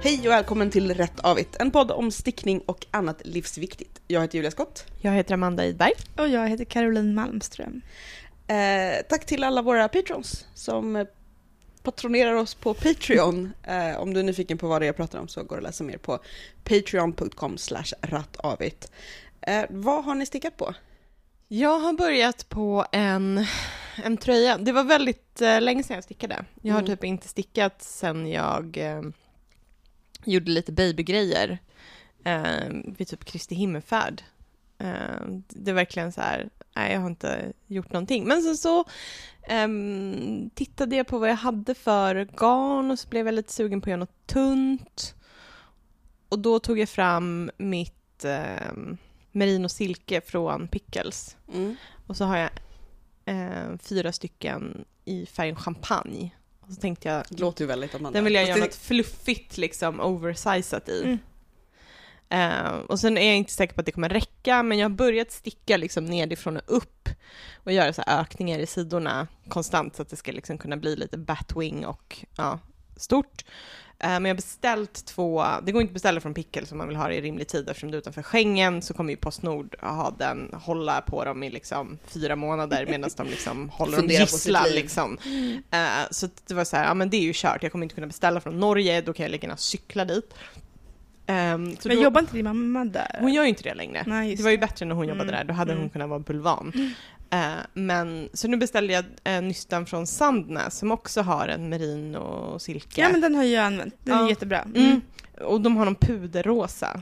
Hej och välkommen till Rätt Avigt, en podd om stickning och annat livsviktigt. Jag heter Julia Skott. Jag heter Amanda Idberg. Och jag heter Caroline Malmström. Tack till alla våra patrons som patronerar oss på Patreon. Om du är nyfiken på vad det är jag pratar om så går det att läsa mer på patreon.com/rattavigt. Vad har ni stickat på? Jag har börjat på en tröja. Det var väldigt länge sedan jag stickade. Jag har typ inte stickat sedan jag gjorde lite babygrejer vid typ Kristi himmelfärd. Det är verkligen så här, nej, jag har inte gjort någonting. Men så tittade jag på vad jag hade för garn och så blev jag lite sugen på att göra något tunt. Och då tog jag fram mitt merino silke från Pickles. Och så har jag 4 stycken i färgen champagne. Och så tänkte jag, Det låter ju väldigt Amanda. Den vill jag göra något fluffigt, liksom oversizat i. Och sen är jag inte säker på att det kommer räcka, men jag har börjat sticka liksom nedifrån och upp och göra så här ökningar i sidorna konstant så att det ska liksom kunna bli lite batwing och stort. Men jag har beställt 2, det går inte att beställa från Pickles om man vill ha det i rimlig tid eftersom det är utanför Schengen, så kommer ju Postnord hålla på dem i liksom 4 månader medan de liksom håller dem gisslan liksom. Så det var så här, ja men det är ju kört, jag kommer inte kunna beställa från Norge, då kan jag lägga cykla dit. Men jobbar inte din mamma där? Hon gör ju inte det längre. Nej, det var ju bättre när hon jobbade där, då hade hon kunnat vara bulvan. Men så nu beställde jag nystan från Sandnäs som också har en merino och silke. Ja, men den har jag använt. Den är jättebra. Och de har någon puderrosa.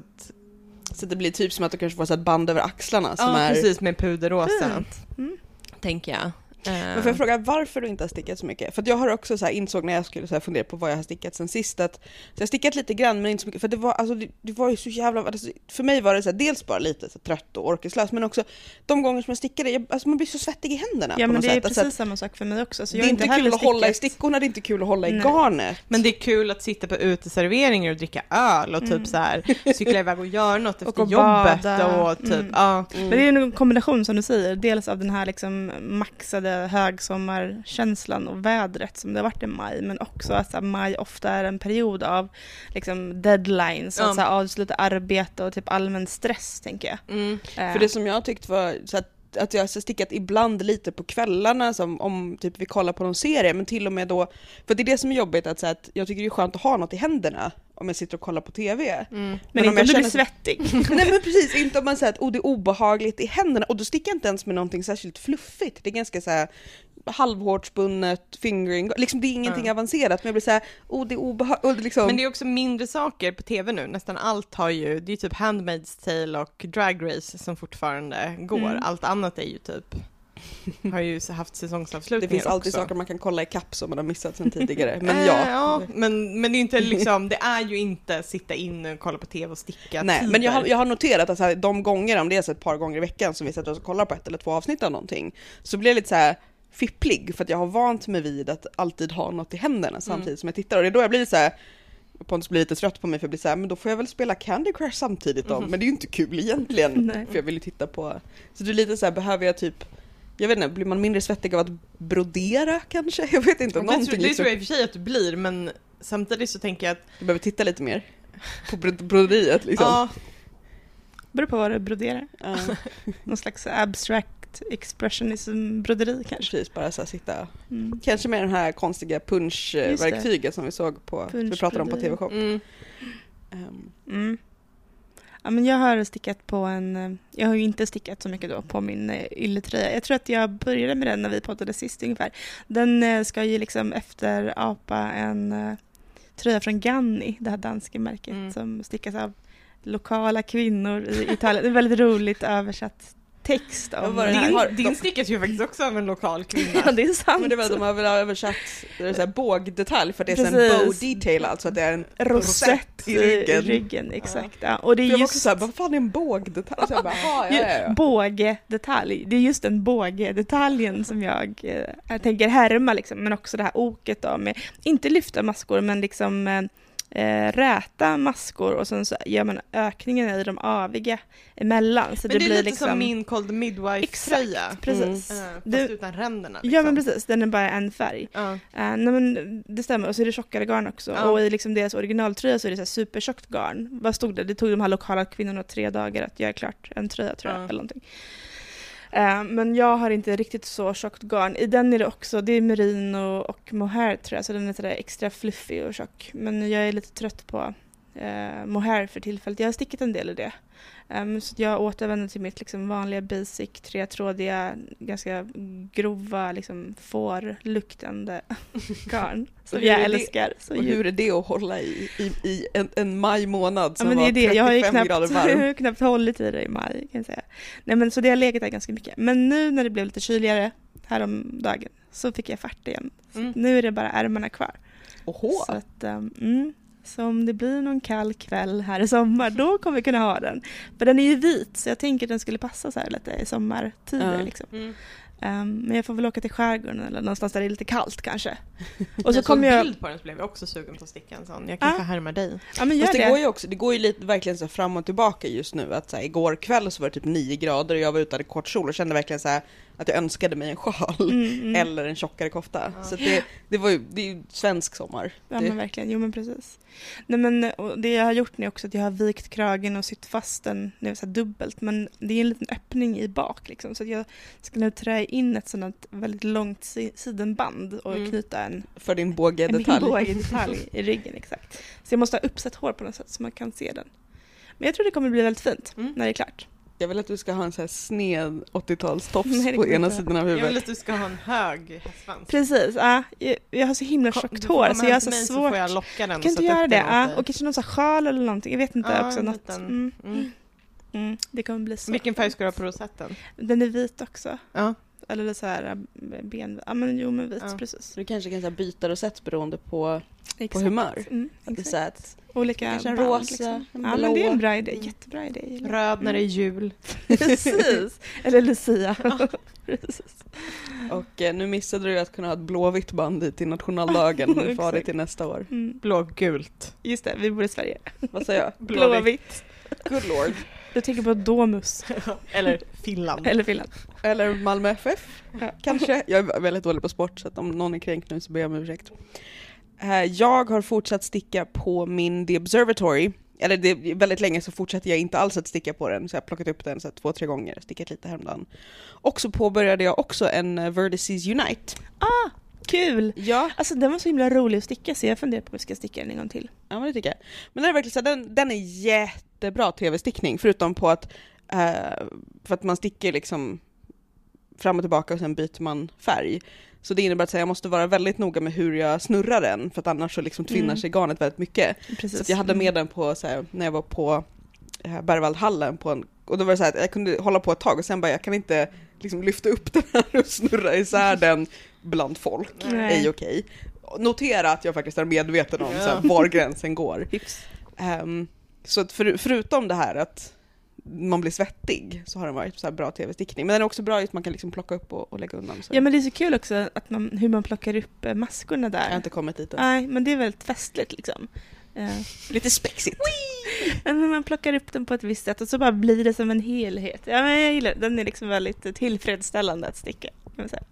Så det blir typ som att du kanske får så ett band över axlarna som är precis, med puderrosa. Tänker jag. Men får jag fråga varför du inte har stickat så mycket? För att jag har också så här insåg när jag skulle så här fundera på vad jag har stickat sen sist att så jag har stickat lite grann men inte så mycket, för det var ju så jävla, alltså, för mig var det så här, dels bara lite så trött och orkeslös, men också de gånger som jag stickade, man blir så svettig i händerna. Ja, på men något det är sätt. precis Alltså, samma sak för mig också. Så det är inte kul att hålla i stickorna, det är inte kul att hålla i garnet. Men det är kul att sitta på uteserveringar och dricka öl och typ så här cykla iväg och göra något efter och jobbet bada. och typ Men det är en kombination som du säger, dels av den här liksom maxade högsommarkänslan och vädret som det har varit i maj, men också att maj ofta är en period av liksom deadlines och avsluta arbete och typ allmän stress, tänker jag. För det som jag tyckte var så att jag har stickat ibland lite på kvällarna som om typ vi kollar på någon serie, men till och med då, för det är det som är jobbigt att, så att jag tycker det är skönt att ha något i händerna om jag sitter och kollar på tv. Men inte om du blir svettig. Nej, men precis, inte om man säger att det är obehagligt i händerna, och då sticker jag inte ens med någonting särskilt fluffigt. Det är ganska så här halvhårtspunnet fingering, liksom det är ingenting avancerat, men jag blir så här, det är obehagligt liksom. Men det är också mindre saker på tv nu. Nästan allt har ju, det är typ Handmaid's Tale och Drag Race som fortfarande går. Allt annat är ju typ har ju haft säsongsavslutningar. Det finns alltid också saker man kan kolla i kapp som man har missat sen tidigare. Men men det är inte liksom, det är ju inte sitta in och kolla på tv och sticka. Nej, men jag har noterat att så här, de gånger, om det är så ett par gånger i veckan som vi sätter oss och kollar på 1 eller 2 avsnitt av någonting, så blir det lite så här fipplig, för att jag har vant mig vid att alltid ha något i händerna samtidigt som jag tittar, och det är då jag blir så här, Pontus blir lite trött på mig för jag blir så här, men då får jag väl spela Candy Crush samtidigt då, men det är ju inte kul egentligen. För jag vill ju titta på, så det är lite så här, behöver jag typ, jag vet inte, blir man mindre svettig av att brodera kanske? Jag vet inte. Det tror jag i och för sig att du blir, men samtidigt så tänker jag att du behöver titta lite mer på broderiet liksom. Ja. Beror på vad du broderar. Någon slags abstract expressionism-broderi kanske. Precis, bara så här sitta. Kanske med den här konstiga punch-verktyget som vi såg på, som vi pratade om på TV-shop. Ja, men jag har stickat på jag har ju inte stickat så mycket då på min ylletröja. Jag tror att jag började med den när vi poddade sist ungefär. Den ska ju liksom efterapa en tröja från Ganni, det här danska märket som stickas av lokala kvinnor i Italien. Det är väldigt roligt översatt text om din stickas ju faktiskt också av en lokal kvinna. Ja, det är sant. Men det var, de har väl översatt det är så här bågdetalj, för det är en bow detail, alltså att det är en rosett i ryggen. Exakt. Ja. Och det är just också så här, vad fan är en bågdetalj? Så jag bara, bågedetalj. Det är just den bågedetaljen som jag tänker härma liksom, men också det här oket då med inte lyfta maskor, men liksom räta maskor och sen så gör man ökningen i de aviga emellan. Så men det blir lite liksom som min Cold Midwife-tröja. Exakt, precis. Fast utan ränderna. Liksom. Ja men precis, den är bara en färg. Ja. Nej, men det stämmer, och så är det tjockare garn också. Ja. Och i liksom deras originaltröja så är det så här supertjockt garn. Vad stod det? Det tog de här lokala kvinnorna 3 dagar att göra klart en tröja, tror jag. Ja. Eller någonting. Men jag har inte riktigt så tjockt garn. I den är det också, det är merino och mohair tror jag, så den är sådär extra fluffig och tjock. Men jag är lite trött på mohair för tillfället. Jag har stickat en del i det. Så jag återvänder till mitt liksom vanliga basic, 3-trådiga, ganska grova, liksom fårluktande garn. Som jag älskar. Så och hur är det att hålla i en maj månad som men var det är det. 35 Jag har ju grader varm? knappt hållit i det i maj, kan jag säga. Nej, men så det har legat där ganska mycket. Men nu när det blev lite kyligare häromdagen så fick jag fart igen. Nu är det bara ärmarna kvar. Oho. Så att, så om det blir någon kall kväll här i sommar, då kommer vi kunna ha den. För den är ju vit, så jag tänker att den skulle passa så här lite i sommartider. Liksom. Men jag får väl åka till skärgården eller någonstans där det är lite kallt kanske. Och så kommer jag bild på den så blev jag också sugen på att sticka en sån. Jag kanske härmar dig. Ja, men gör fast det går ju lite verkligen så fram och tillbaka just nu. Att så här, igår kväll så var det typ 9 grader och jag var ute i kort kjol och kände verkligen så här att jag önskade mig en sjal eller en tjockare kofta. Så att det är ju svensk sommar. Ja men verkligen, jo men precis. Nej, men och det jag har gjort nu också att jag har vikt kragen och sytt fast den nu så här dubbelt, men det är en liten öppning i bak liksom, så att jag ska nu trä in ett sådant väldigt långt sidenband och knyta en för din bågedetalj i ryggen, exakt. Så jag måste ha uppsatt hår på något sätt så man kan se den. Men jag tror det kommer bli väldigt fint när det är klart. Jag vill att du ska ha en så här sned 80-talstofs på ena sidan av huvudet. Jag vill att du ska ha en hög hästsvans. Precis, jag har så himla tjockt hår så jag har så svårt. Så får jag locka den. Kan inte göra det? Och kanske någon så sjal eller någonting. Jag vet inte också något. Det kommer bli så. Vilken färg ska du ha på rosetten? Den är vit också. Ja. Eller så här ben. Ja men jo men vit precis. Så du kanske kan så här, byta rosett beroende på humör. Att det så att olika kanske en band, rosa, liksom. en Ja men det är en bra idé, jättebra idé. Röd när det är jul. Precis. Eller Lucia. Precis. Och nu missade du att kunna ha ett blåvitt band hit till nationaldagen. Nu får det till nästa år. Blågult. Just det, vi bor i Sverige. Vad säger jag? Blåvitt. Good lord. Du tänker på Domus. Eller Finland. Eller Malmö FF. Kanske. Jag är väldigt dålig på sport så att om någon är kränkt nu så ber jag om ursäkt. Jag har fortsatt sticka på min The Observatory. Eller det är väldigt länge så fortsätter jag inte alls att sticka på den. Så jag har plockat upp den så 2-3 gånger. Stickat lite häromdagen. Och så påbörjade jag också en Vertices Unite. Kul! Ja. Alltså den var så himla rolig att sticka så jag funderar på att vi ska sticka den en gång till. Ja men det tycker jag. Men den är verkligen så här, den är jättebra tv-stickning. Förutom på att för att man sticker liksom fram och tillbaka och sen byter man färg. Så det innebär att jag måste vara väldigt noga med hur jag snurrar den. För att annars så liksom tvinnar sig garnet väldigt mycket. Precis. Så att jag hade med den på så här, när jag var på Berwaldhallen och då var det så här att jag kunde hålla på ett tag och sen bara jag kan inte liksom lyfta upp den här och snurra isär den bland folk. Ej okej. Notera att jag faktiskt är medveten om så här, var gränsen går. Så att förutom det här att man blir svettig så har den varit så här bra tv-stickning. Men den är också bra att man kan liksom plocka upp och lägga undan. Så. Ja men det är så kul också att hur man plockar upp maskorna där. Jag har inte kommit dit än. Nej men det är väldigt festligt liksom. Lite spexigt. Men man plockar upp den på ett visst sätt och så bara blir det som en helhet. Ja men jag gillar den är liksom väldigt tillfredsställande att sticka. Kan man säga.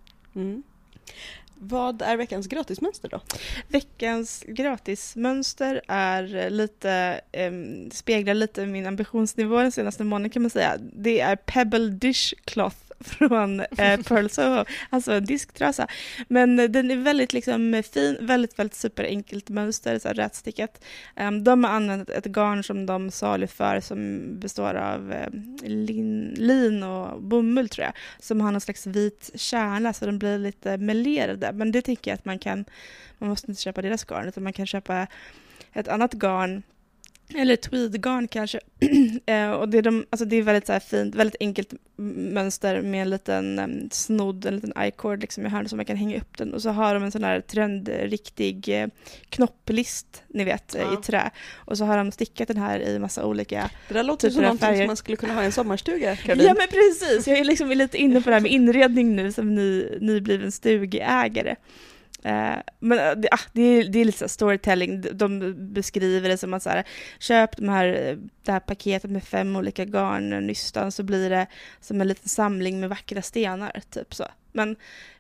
Vad är veckans gratismönster då? Veckans gratismönster är lite, speglar lite min ambitionsnivå den senaste månaden kan man säga. Det är Pebble Dishcloth från Pearl Soho, alltså en disktrasa. Men den är väldigt liksom fin, väldigt, väldigt superenkelt mönster, så här rätstickat. De har använt ett garn som de saluför som består av lin och bomull tror jag, som har någon slags vit kärna så den blir lite melerade. Men det tycker jag att man måste inte köpa deras garn utan man kan köpa ett annat garn eller tweedgarn kanske. Och det är väldigt så här fint, väldigt enkelt mönster med en liten snodd, en liten i-cord liksom i hörnet som man kan hänga upp den. Och så har de en sån här trendriktig knopplist, ni vet, i trä. Och så har de stickat den här i massa olika det där låter som någonting som man skulle kunna ha i en sommarstuga, Caroline. Ja men precis, jag är liksom lite inne på det här med inredning nu som nybliven stugägare. Men det är lite så storytelling. De beskriver det som att så här, köp det här paketet med 5 olika garnnystan så blir det som en liten samling med vackra stenar, typ så. Men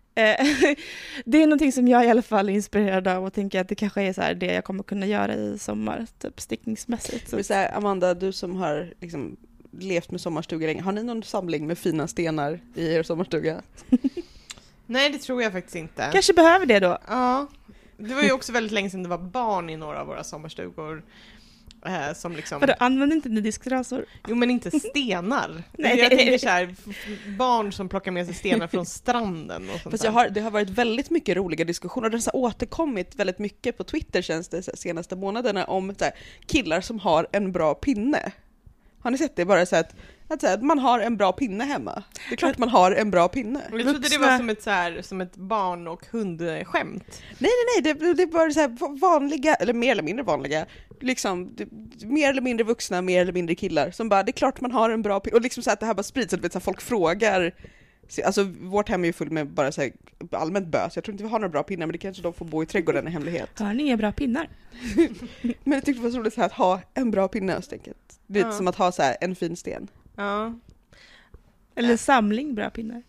det är någonting som jag i alla fall är inspirerad av och tänker att det kanske är så här det jag kommer kunna göra i sommar, typ stickningsmässigt. Så här, Amanda, du som har liksom levt med sommarstuga länge, har ni någon samling med fina stenar i er sommarstuga? Nej, det tror jag faktiskt inte. Kanske behöver det då. Ja, det var ju också väldigt länge sedan det var barn i några av våra sommarstugor. Som liksom... Vadå, använder inte ni disktrasor? Jo, men inte stenar. Nej. Jag tänker så här, barn som plockar med sig stenar från stranden och sånt. Fast det har varit väldigt mycket roliga diskussioner. Det har återkommit väldigt mycket på Twitter känns det så här, senaste månaderna om så här, killar som har en bra pinne. Har ni sett det? Bara så att man har en bra pinne hemma. Det är klart man har en bra pinne. Jag trodde det var som ett barn- och hundskämt. Nej, det är bara så här vanliga, eller mer eller mindre vanliga, liksom mer eller mindre vuxna, mer eller mindre killar som bara, det är klart man har en bra pinne. Och liksom så att det här bara sprids, att så här, folk frågar. Alltså vårt hem är ju fullt med bara så här allmänt bös. Jag tror inte vi har några bra pinnar, men det kanske de får bo i trädgården i hemlighet. Har ni inga bra pinnar? Men jag tyckte det var så roligt så här, att ha en bra pinne helt enkelt. Det är som att ha så här en fin sten. Ja. Eller samling bra pinnar.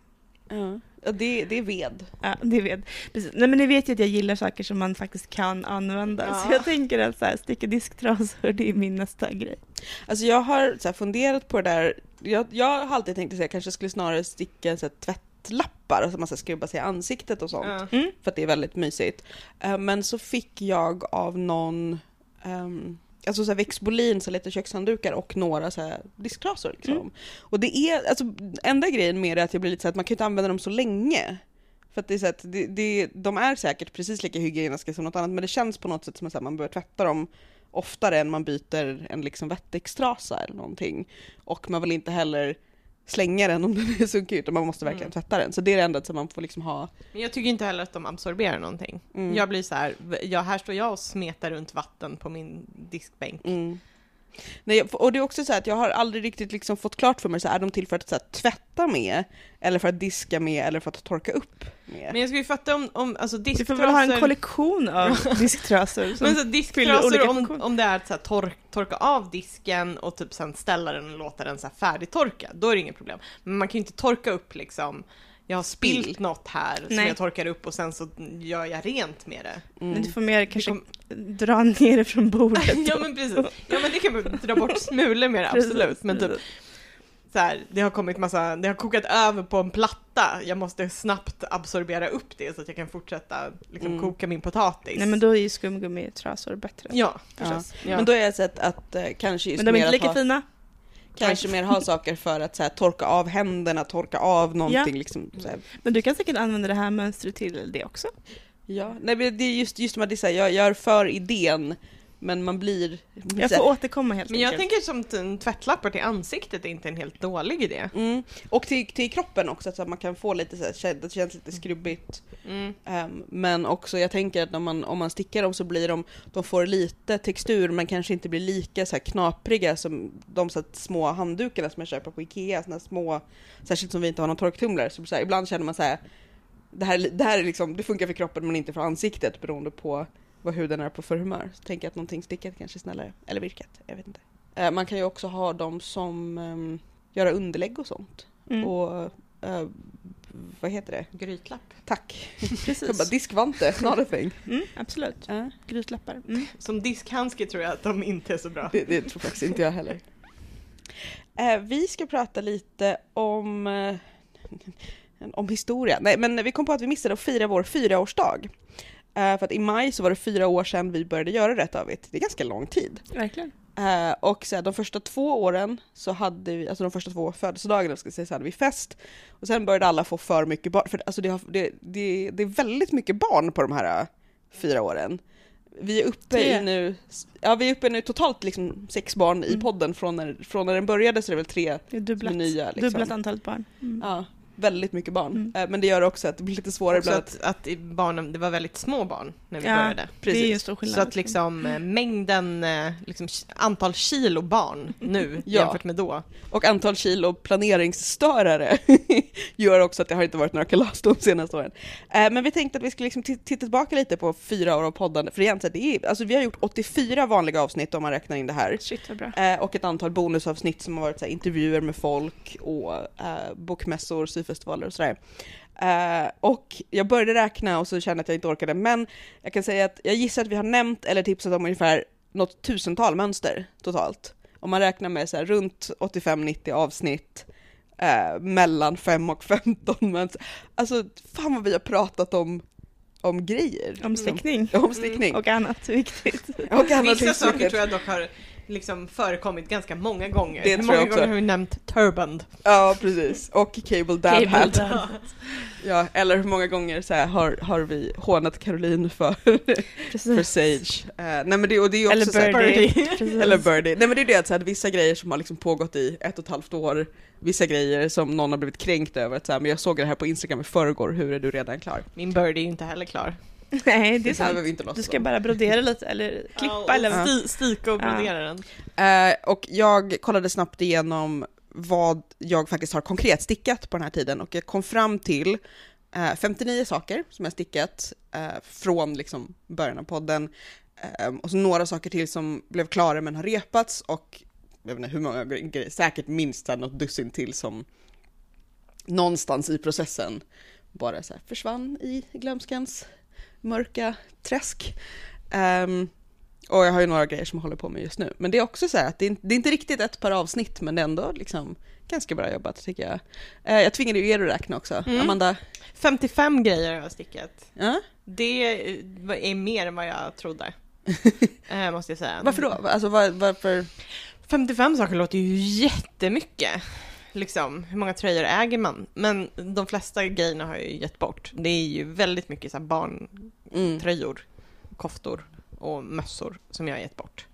Ja, det är ved. Ja, det är ved. Precis. Nej, men ni vet ju att jag gillar saker som man faktiskt kan använda. Ja. Så jag tänker att så här, sticka disktrasor, det är min nästa grej. Alltså jag har så här funderat på det där. Jag har alltid tänkt att jag kanske skulle snarare sticka så här tvättlappar, alltså man ska skrubba sig i ansiktet och sånt. Ja. För att det är väldigt mysigt. Men så fick jag av någon... alltså så här Vexbolin, så lite kökshanddukar och några så här disktrasor liksom. Och det är alltså enda grejen med det att jag blir lite så att man kan inte använda dem så länge. För att det är så att de är säkert precis lika hygieniska som något annat, men det känns på något sätt som att man behöver tvätta dem oftare än man byter en liksom Wettex-trasa eller någonting. Och man vill inte heller slänga den om den är sunkig, utan man måste verkligen tvätta den. Så det är det enda som man får liksom ha. Men jag tycker inte heller att de absorberar någonting. Jag blir så här, här står jag och smetar runt vatten på min diskbänk. Nej, och det är också så här att jag har aldrig riktigt liksom fått klart för mig så här, är de till för att så här, tvätta med, eller för att diska med, eller för att torka upp med. Men jag skulle ju fatta om alltså Du disktrasor... får väl ha en kollektion av disktrasor. Men så disktrasor, om det är att så här, torka av disken och typ sen ställa den och låta den så här färdigtorka, då är det inget problem. Men man kan ju inte torka upp liksom, jag har spilt något här som jag torkar upp och sen så gör jag rent med det. Men du får mer kanske dra ner det från bordet. Ja, men precis. Ja, men det kan man dra bort smulor med det, absolut. Men typ så här, det har kokat över på en platta. Jag måste snabbt absorbera upp det så att jag kan fortsätta liksom koka min potatis. Nej, men då är ju skumgummi-trasor bättre. Ja, precis. Ja. Men då är jag sett att kanske just men de är mer inte lika fina. Kanske mer ha saker för att så här, torka av händerna, torka av någonting liksom, så här. Men du kan säkert använda det här mönstret till det också. Ja, nej, men det är just som att det är, jag gör för idén, men man blir... Jag får återkomma helt men jag tänker som tvättlappar till ansiktet är inte en helt dålig idé. Och till kroppen också, så att man kan få lite så här, det känns lite skrubbigt. Men också, jag tänker att om man stickar dem så blir de får lite textur, men kanske inte blir lika så här knapriga som de så här, små handdukarna som jag köper på Ikea, såna små, särskilt som vi inte har någon torktumlare. Så här, ibland känner man så här, det här är liksom, det funkar för kroppen men inte för ansiktet, beroende på vad huden är på för humör. Så tänker jag att någonting stickat kanske är snällare. Eller virkat, jag vet inte. Man kan ju också ha dem som göra underlägg och sånt. Och vad heter det? Grytlapp. Tack. Precis. Bara diskvante, not a thing. Absolut. Grytlappar. Som diskhandske tror jag att de inte är så bra. Det tror faktiskt inte jag heller. Vi ska prata lite om historia. Nej, men vi kom på att vi missade att fira vår 4-årsdag. För att i maj så var det 4 år sedan vi började göra Rätt Avigt. Det är ganska lång tid. Verkligen. Och så här, de första 2 åren så hade vi, alltså de första 2 födelsedagarna ska jag säga, så hade vi fest. Och sen började alla få för mycket barn. För alltså det är väldigt mycket barn på de här 4 åren. Vi är uppe i nu, vi är uppe nu totalt liksom 6 barn i podden från när den började, så det är väl 3 nya. Liksom. Dubblat antalet barn. Ja. Väldigt mycket barn. Men det gör också att det blir lite svårare ibland. Att barnen, det var väldigt små barn när vi började. Precis. Det är ju stor skillnad. Så att liksom mängden, liksom antal kilo barn nu jämfört med då. Och antal kilo planeringsstörare gör också att det har inte varit några kalas de senaste åren. Men vi tänkte att vi skulle liksom titta tillbaka lite på 4 år av poddande. För egentligen, alltså vi har gjort 84 vanliga avsnitt om man räknar in det här. Shit vad bra. Och ett antal bonusavsnitt som har varit så här, intervjuer med folk och bokmässor, syfestivaler och sådär. Och jag började räkna och så kände att jag inte orkade. Men jag kan säga att jag gissar att vi har nämnt eller tipsat om ungefär något 1000-tal mönster totalt. Om man räknar med så här, runt 85-90 avsnitt, mellan 5 och 15 mönster. Alltså fan vad vi har pratat om grejer. Om stickning. Om stickning. Och annat viktigt. Och annat Vissa saker viktigt. tror jag dock har liksom förekommit ganska många gånger. Det Hur tror många jag också. gånger har vi nämnt turband? Ja, precis. Och Cable Dab Hat. Dab. Ja, eller hur många gånger så här, har vi hånat Caroline för Sage. Nej men det är också Eller så här, Birdie. eller Birdie. Nej men det är det att så här, vissa grejer som har liksom pågått i 1,5 år, vissa grejer som någon har blivit kränkt över att så här, men jag såg det här på Instagram i förrgår, hur är du redan klar? Min Birdie är ju inte heller klar. Nej, det är behöver sant. vi inte låtsas Du ska om. bara brodera lite eller klippa eller vad? Stika och brodera den. Och jag kollade snabbt igenom vad jag faktiskt har konkret stickat på den här tiden och jag kom fram till 59 saker som jag stickat från liksom början av podden och så några saker till som blev klara men har repats och jag vet inte hur många grejer, säkert minst något dussin till som någonstans i processen bara så här försvann i glömskans mörka träsk. Och jag har ju några grejer som jag håller på med just nu. Men det är också så här att det är inte riktigt ett par avsnitt men det är ändå liksom ganska bra jobbat tycker jag. Jag tvingade ju er att räkna också. Amanda? 55 grejer har jag stickat. Ja? Det är mer än vad jag trodde. Måste jag säga. Varför då? Alltså varför? 55 saker låter ju jättemycket. Liksom, hur många tröjor äger man? Men de flesta grejerna har jag ju gett bort. Det är ju väldigt mycket så här barntröjor, koftor och mössor som jag har gett bort.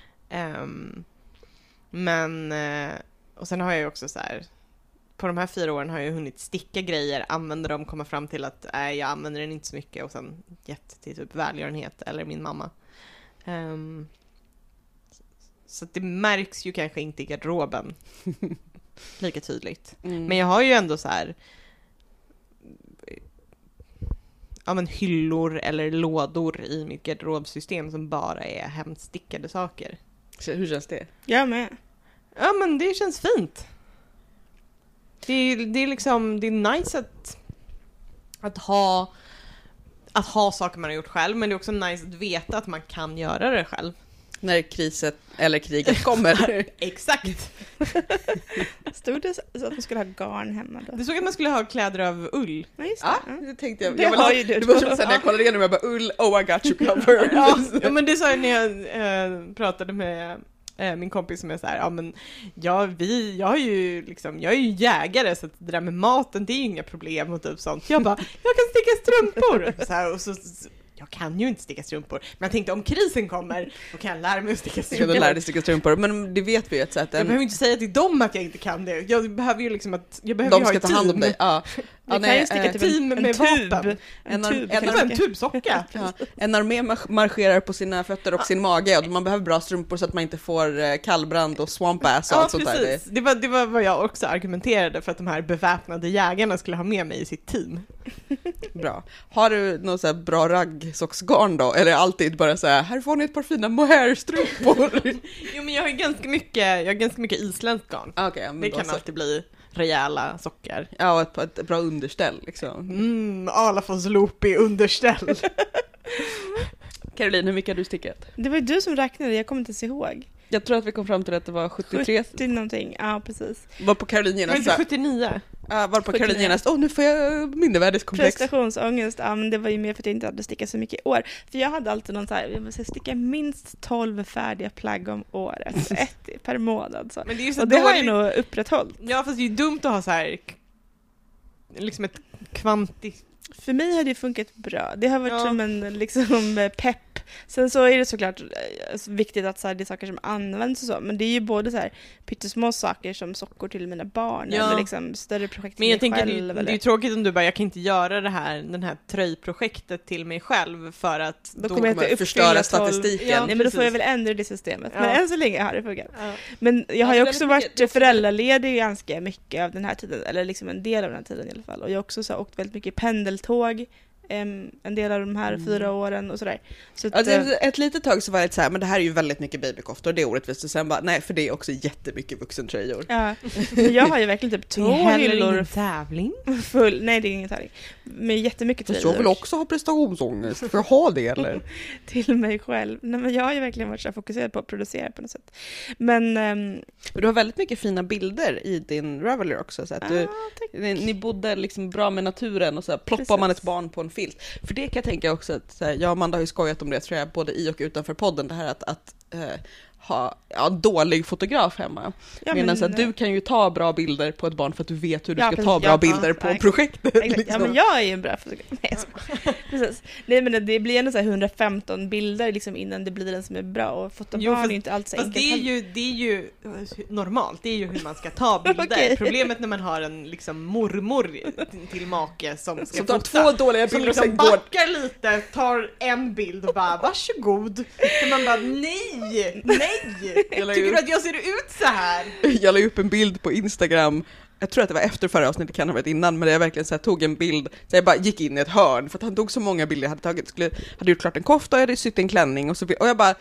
Och sen har jag ju också så här, på de här 4 åren har jag hunnit sticka grejer, använda dem, komma fram till att jag använder den inte så mycket och sen gett till typ välgörenhet eller min mamma. Så att det märks ju kanske inte i garderoben lika tydligt. Men jag har ju ändå så här hyllor eller lådor i mitt garderobsystem som bara är hemstickade saker. Så hur känns det? Jag med. Ja, men det känns fint. Det är liksom, det är nice att ha saker man har gjort själv, men det är också nice att veta att man kan göra det själv. När kriset eller kriget kommer. Exakt. Stod det så att man skulle ha garn hemma då? Det såg att man skulle ha kläder av ull. Ja, just det. Ja, Ja. det tänkte jag. Det Jag har ju du. det var som sen när jag kollade igenom jag bara ull, I got you covered. Ja, men det sa jag när jag pratade med min kompis som är så här, jag är ju jägare så att det där med maten det är ju inga problem och typ sånt. Jag bara, jag kan sticka strumpor. Så här, och så jag kan ju inte sticka strumpor. Men jag tänkte om krisen kommer då kan jag lära mig att sticka Jag strumpor. kunde lära dig sticka strumpor, men det vet vi ju att Jag behöver inte säga till dem att jag inte kan det. Jag behöver ju liksom jag behöver de ha ska ett ta hand om team. dig. Ja. Du kan ju sticka typ team en med tub. vapen. En En tubsocka. Ja, en armé marscherar på sina fötter och sin mage och man behöver bra strumpor så att man inte får kallbrand och swamp ass och allt sånt där. Precis. Det var vad jag också argumenterade för att de här beväpnade jägarna skulle ha med mig i sitt team. Bra. Har du något så här bra raggsocksgarn då? Eller är det alltid bara så här får ni ett par fina mohairstrumpor? Jo, men jag har ganska mycket isländskt garn. Okay, men Det då kan så. alltid bli rejäla sockar. Ja, och ett bra underställ liksom. Alafos loopy underställ. Caroline, hur mycket har du stickat? Det var ju du som räknade, jag kommer inte ens ihåg. Jag tror att vi kom fram till att det var 73. 70 någonting, ja precis. Var på Caroline Var genast inte 79? var på 79. Caroline genast. Nu får jag mindervärdeskomplex. Prestationsångest, ja men det var ju mer för att jag inte hade stickat så mycket i år. För jag hade alltid någon så här, jag måste sticka minst 12 färdiga plagg om året. Ett per månad. Så. Men det är ju så och det har jag dåligt. nog upprätthållt. Ja, fast det är ju dumt att ha så här liksom ett För mig har det funkat bra. Det har varit som en liksom pepp Sen så är det såklart viktigt att så här, det är saker som används och så, men det är ju både så här pyttesmå saker som sockor till mina barn eller liksom större projekt men jag till mig tänker själv. det är ju tråkigt om du bara, jag kan inte göra den här tröjprojektet till mig själv för att då kommer jag inte förstöra statistiken. Ja, nej, men då får jag väl ändra det systemet. Ja. Men än så länge har det funkat. Ja. Men jag har ju det är också mycket- varit föräldraledig ganska mycket av den här tiden, eller liksom en del av den här tiden i alla fall. Och jag har också så här, åkt väldigt mycket pendeltåg en del av de här 4 åren och sådär. Så att, Alltså, ett litet tag så var det så här, men det här är ju väldigt mycket babykoftor, det är orättvist. Och sen bara, nej, för det är också jättemycket vuxentröjor. ja, men jag har ju verkligen typ 2 hyllor tävling. full, nej det är ingen tävling, med jättemycket Fast tröjor jag vill också ha prestationsångest, för jag ha det eller? till mig själv. Nej, men jag har ju verkligen varit så här fokuserad på att producera på något sätt. Men Men du har väldigt mycket fina bilder i din Ravelry också, så att ni bodde liksom bra med naturen och så här, ploppar man ett barn på en filt. För det kan jag tänka också att så här, jag och Amanda har ju skojat om det, tror jag, både i och utanför podden, det här att ha dålig fotograf hemma. ja, Medan så att du kan ju ta bra bilder på ett barn för att du vet hur du Ja, ska precis. ta bra Ja, bilder ja, på exakt. projektet. Exakt. Liksom. Ja, men jag är ju en bra fotograf. Nej, jag skojar. Precis. Nej, men det blir ändå så här 115 bilder liksom innan det blir den som är bra. Och fotobarn Jo, fast- är ju inte alls så Fast enkelt. det är ju normalt, det är ju hur man ska ta bilder. Okej. Problemet när man har en liksom mormor till make som ska Så tar fota, 2 dåliga som bilder och liksom sen går... backar lite, tar en bild och bara varsågod. Så man bara nej! Jag la Tycker ju- du att jag ser ut så här? Jag la upp en bild på Instagram, jag tror att det var efter förra avsnittet, kan ha varit innan, men jag verkligen så här, tog en bild, så jag bara gick in i ett hörn, för att han tog så många bilder jag hade tagit, hade gjort klart en kofta och jag hade sytt en klänning, och jag bara,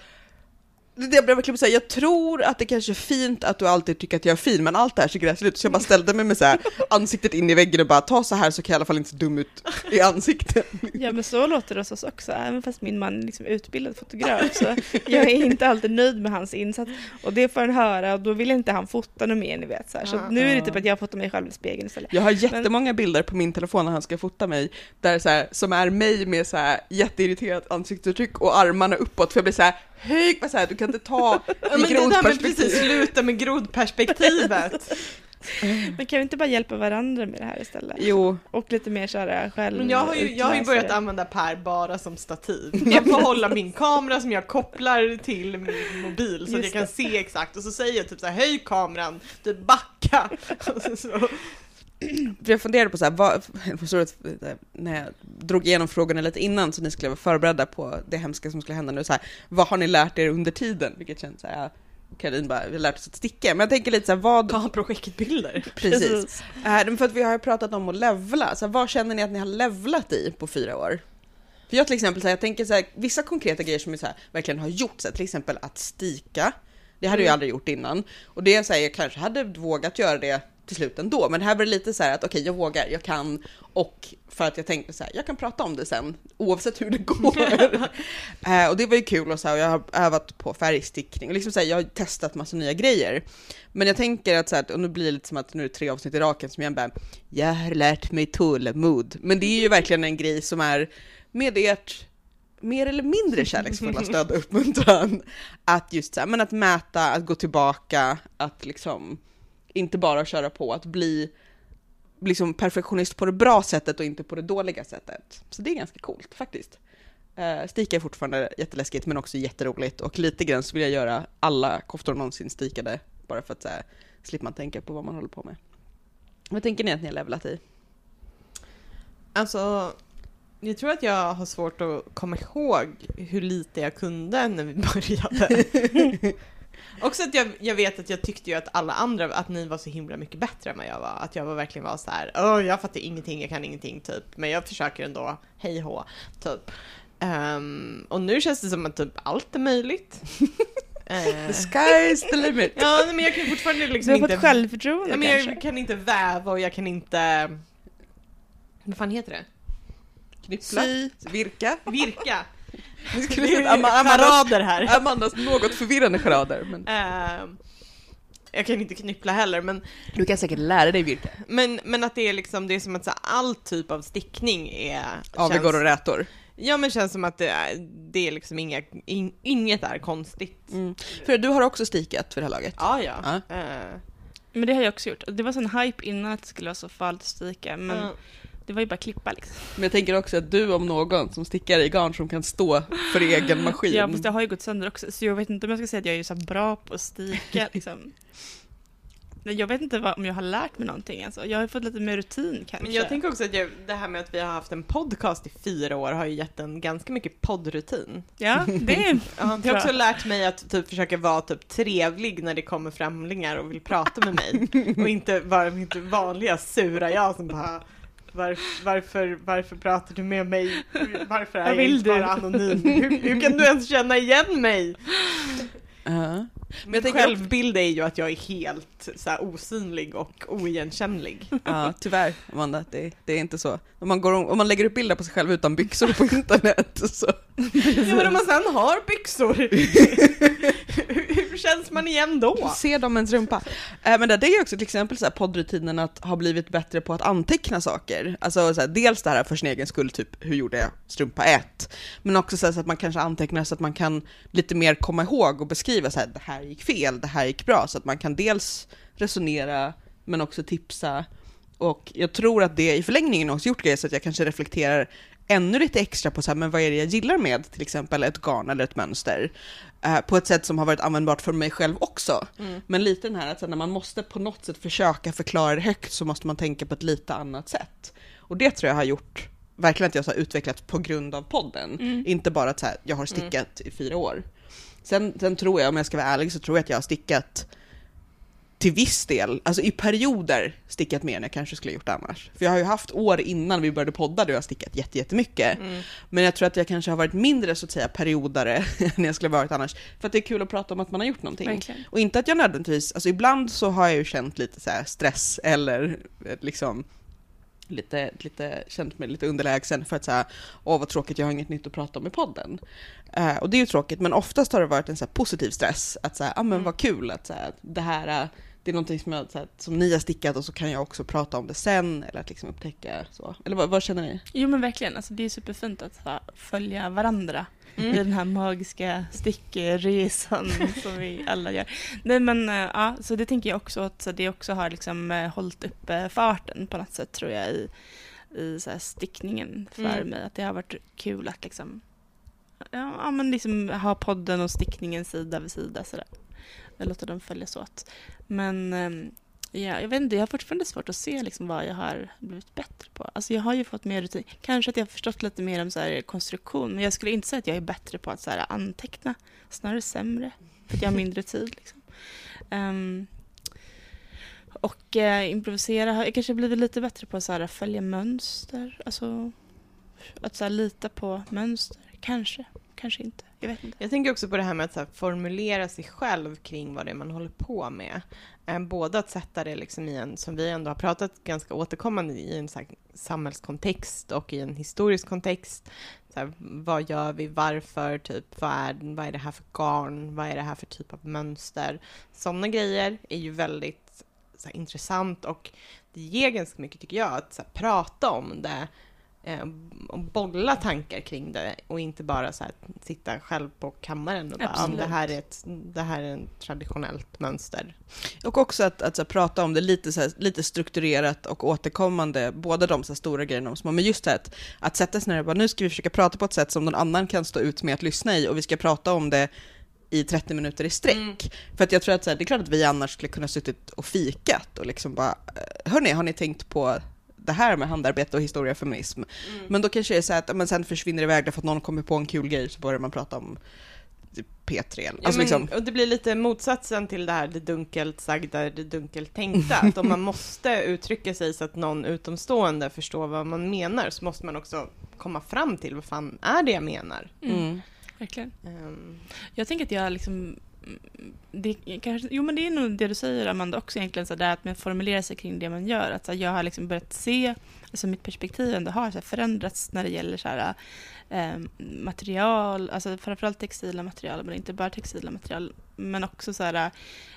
jag blev verkligen säga, jag tror att det kanske är fint att du alltid tycker att jag är fin, men allt det här ser gräsligt ut, så jag bara ställde mig med så här, ansiktet in i väggen och bara, ta så här så kan jag i alla fall inte se dum ut i ansiktet. Ja, men så låter det hos oss också, även fast min man är liksom utbildad fotograf, så jag är inte alltid nöjd med hans insats, och det får han höra, och då vill inte han fota något mer, ni vet, så här. Så nu är det typ att jag fotar mig själv i spegeln istället. Jag har jättemånga bilder på min telefon när han ska fota mig, där så här, som är mig med så här jätteirriterat ansiktsuttryck och armarna uppåt, för jag blir så här, hög, vad så här, du kan inte ta Ja, i men det där med grodperspektiv. precis sluta med grodperspektivet. Men kan vi inte bara hjälpa varandra med det här istället? Jo, Och lite mer så här själv. Men jag har ju börjat använda Per bara som stativ. Jag får hålla min kamera som jag kopplar till min mobil så att Just jag kan se exakt, och så säger jag typ så här, höj kameran, typ backa. Så. för jag funderade på så här, när jag drog igenom frågorna lite innan så ni skulle vara förberedda på det hemska som skulle hända nu, så här, vad har ni lärt er under tiden? Vilket känns så här, Karin bara, vi har lärt oss att sticka, men jag tänker lite så här, vad... Ta projektbilder. Precis. För att vi har ju pratat om att levla, så här, vad känner ni att ni har levlat i på 4 år? För jag till exempel, så här, jag tänker så här, vissa konkreta grejer som jag så här, verkligen har gjort, så här, till exempel att stika, det hade jag aldrig gjort innan, och det är så här, jag kanske hade vågat göra det till slut ändå, men här var det lite så här att okej, jag vågar, jag kan, och för att jag tänkte så här, jag kan prata om det sen oavsett hur det går. Och det var ju kul, och så här, och jag har övat på färgstickning och liksom så här, jag har testat massa nya grejer, men jag tänker att så här, och nu blir det lite som att nu är det 3 avsnitt i raken som jag bara, jag har lärt mig tålamod, men det är ju verkligen en grej som är med ert mer eller mindre kärleksfulla stöd och uppmuntran, att just så här, men att mäta, att gå tillbaka, att liksom inte bara köra på, att bli liksom perfektionist på det bra sättet och inte på det dåliga sättet. Så det är ganska coolt faktiskt. Stika är fortfarande jätteläskigt, men också jätteroligt, och lite grann så vill jag göra alla koftor någonsin stikade, bara för att så här, slipper man tänka på vad man håller på med. Vad tänker ni att ni har levlat i? Alltså, jag tror att jag har svårt att komma ihåg hur lite jag kunde när vi började. Också att jag vet att jag tyckte ju att alla andra, att ni var så himla mycket bättre än vad jag var. Att jag verkligen var så här, jag fattar ingenting, jag kan ingenting typ. Men jag försöker ändå, hej hå, typ. Och nu känns det som att typ allt är möjligt. The sky's the limit. Ja, men jag kan fortfarande liksom Du har inte... fått självförtroende Ja, men kanske? jag kan inte väva och jag kan inte... Vad fan heter det? Knyppla, virka. Virka. Vi Det skulle är säga Amandas, charader här. Amandas något förvirrande charader. Men... Jag kan inte knyppla heller, men Du kan säkert lära dig virka. men att det är liksom, det är som att så här, all typ av stickning är... Avigor och rätor. Ja, men känns som att det är liksom inget är konstigt. För du har också stikat för det här laget. Ja. Men det har jag också gjort. Det var sån hype innan att det skulle vara så farligt att stika. Men Det var ju bara klippa liksom. Men jag tänker också att du om någon som stickar i garn som kan stå för egen maskin. Ja, fast det har ju gått sönder också. Så jag vet inte om jag ska säga att jag är så här bra på att sticka liksom. Men jag vet inte om jag har lärt mig någonting. Alltså. Jag har fått lite mer rutin kanske. Men jag tänker också att det här med att vi har haft en podcast i 4 år har ju gett en ganska mycket poddrutin. Ja, det är jag har också lärt mig att typ försöka vara typ trevlig när det kommer främlingar och vill prata med mig. Och inte vara mitt vanliga sura jag som bara varför pratar du med mig? Varför är jag inte bara anonym? Hur kan du ens känna igen mig? Men jag tänker självbild är ju att jag är helt så här osynlig och oigenkännlig. Ja, tyvärr Amanda, det är inte så. Om man lägger upp bilder på sig själv utan byxor på internet så. Ja, men om man sen har byxor, hur känns man igen då? Ser de ens rumpa? Men det är ju också till exempel så här poddrutinen att ha blivit bättre på att anteckna saker. Alltså så här, dels det här för sin egen skull, typ hur gjorde jag strumpa 1? Men också så att man kanske antecknar så att man kan lite mer komma ihåg och beskriva så här, det här gick fel, det här gick bra. Så att man kan dels resonera men också tipsa. Och jag tror att det i förlängningen också gjort grejer så att jag kanske reflekterar ännu lite extra på så här, men vad är det jag gillar med till exempel ett garn eller ett mönster på ett sätt som har varit användbart för mig själv också. Men lite den här att så när man måste på något sätt försöka förklara det högt så måste man tänka på ett lite annat sätt. Och det tror jag har gjort verkligen att jag har utvecklats på grund av podden. Inte bara att så här, jag har stickat i 4 år. Sen tror jag, om jag ska vara ärlig, så tror jag att jag har stickat till viss del, alltså i perioder stickat mer än jag kanske skulle gjort annars. För jag har ju haft år innan vi började podda då jag har stickat jättemycket. Men jag tror att jag kanske har varit mindre så att säga periodare än jag skulle ha varit annars. För att det är kul att prata om att man har gjort någonting. Verkligen. Och inte att jag nödvändigtvis, alltså ibland så har jag ju känt lite så här stress eller liksom lite känt mig lite underlägsen för att säga, vad tråkigt, jag har inget nytt att prata om i podden. Och det är ju tråkigt, men oftast har det varit en så här positiv stress att säga, men vad kul att så här, det här det är någonting som jag så här, som ni har stickat och så kan jag också prata om det sen eller att liksom upptäcka så. Eller vad känner ni? Jo, men verkligen, alltså det är superfint att så här, följa varandra i den här magiska stickresan som vi alla gör. Nej, men ja, så det tänker jag också att så det också har liksom hållit uppe farten på något sätt, tror jag, i så här stickningen för mig. Att det har varit kul att liksom men liksom ha podden och stickningen sida vid sida så där. Jag låter dem följas åt. Men jag vet inte, jag har fortfarande svårt att se liksom vad jag har blivit bättre på. Alltså jag har ju fått mer rutin. Kanske att jag har förstått lite mer om så här konstruktion. Men jag skulle inte säga att jag är bättre på att så här anteckna. Snarare sämre. För att jag har mindre tid. Liksom. Och improvisera har jag kanske blivit lite bättre på att så här följa mönster. Alltså att så här lita på mönster. Kanske inte. Jag vet inte. Jag tänker också på det här med att så här, formulera sig själv kring vad det är man håller på med. Både att sätta det liksom i en, som vi ändå har pratat ganska återkommande i en så här, samhällskontext och i en historisk kontext. Så här, vad gör vi, varför, typ, vad är det här för garn, vad är det här för typ av mönster. Sådana grejer är ju väldigt så här, intressant och det ger ganska mycket, tycker jag, att så här, prata om det. Och bolla tankar kring det och inte bara så här, sitta själv på kammaren och bara, det här är en traditionellt mönster. Och också att så här, prata om det lite strukturerat och återkommande, båda de så här, stora grejerna och små, men just det att sätta sig ner och bara, nu ska vi försöka prata på ett sätt som någon annan kan stå ut med att lyssna i och vi ska prata om det i 30 minuter i sträck. För att jag tror att så här, det är klart att vi annars skulle kunna suttit och fikat och liksom bara, hörni, har ni tänkt på det här med handarbete och historia och feminism. Men då kanske det är så att men sen försvinner det iväg därför att någon kommer på en kul grej så börjar man prata om P3. Alltså, liksom. Och det blir lite motsatsen till det här det dunkelt sagda, det dunkelt tänkta. Att om man måste uttrycka sig så att någon utomstående förstår vad man menar så måste man också komma fram till vad fan är det jag menar. Verkligen. Jag tänker att jag liksom men det är nog det du säger, Amanda, också egentligen så där att man formulerar sig kring det man gör, att så jag har liksom börjat se, alltså mitt perspektiv ändå har så här förändrats när det gäller så här material, alltså framförallt textila material, men inte bara textila material, men också så här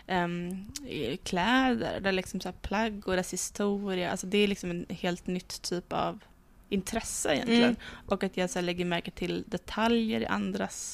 kläder, där liksom så här plagg och dess historia, alltså det är liksom en helt nytt typ av intresse egentligen, och att jag så här lägger märke till detaljer i andras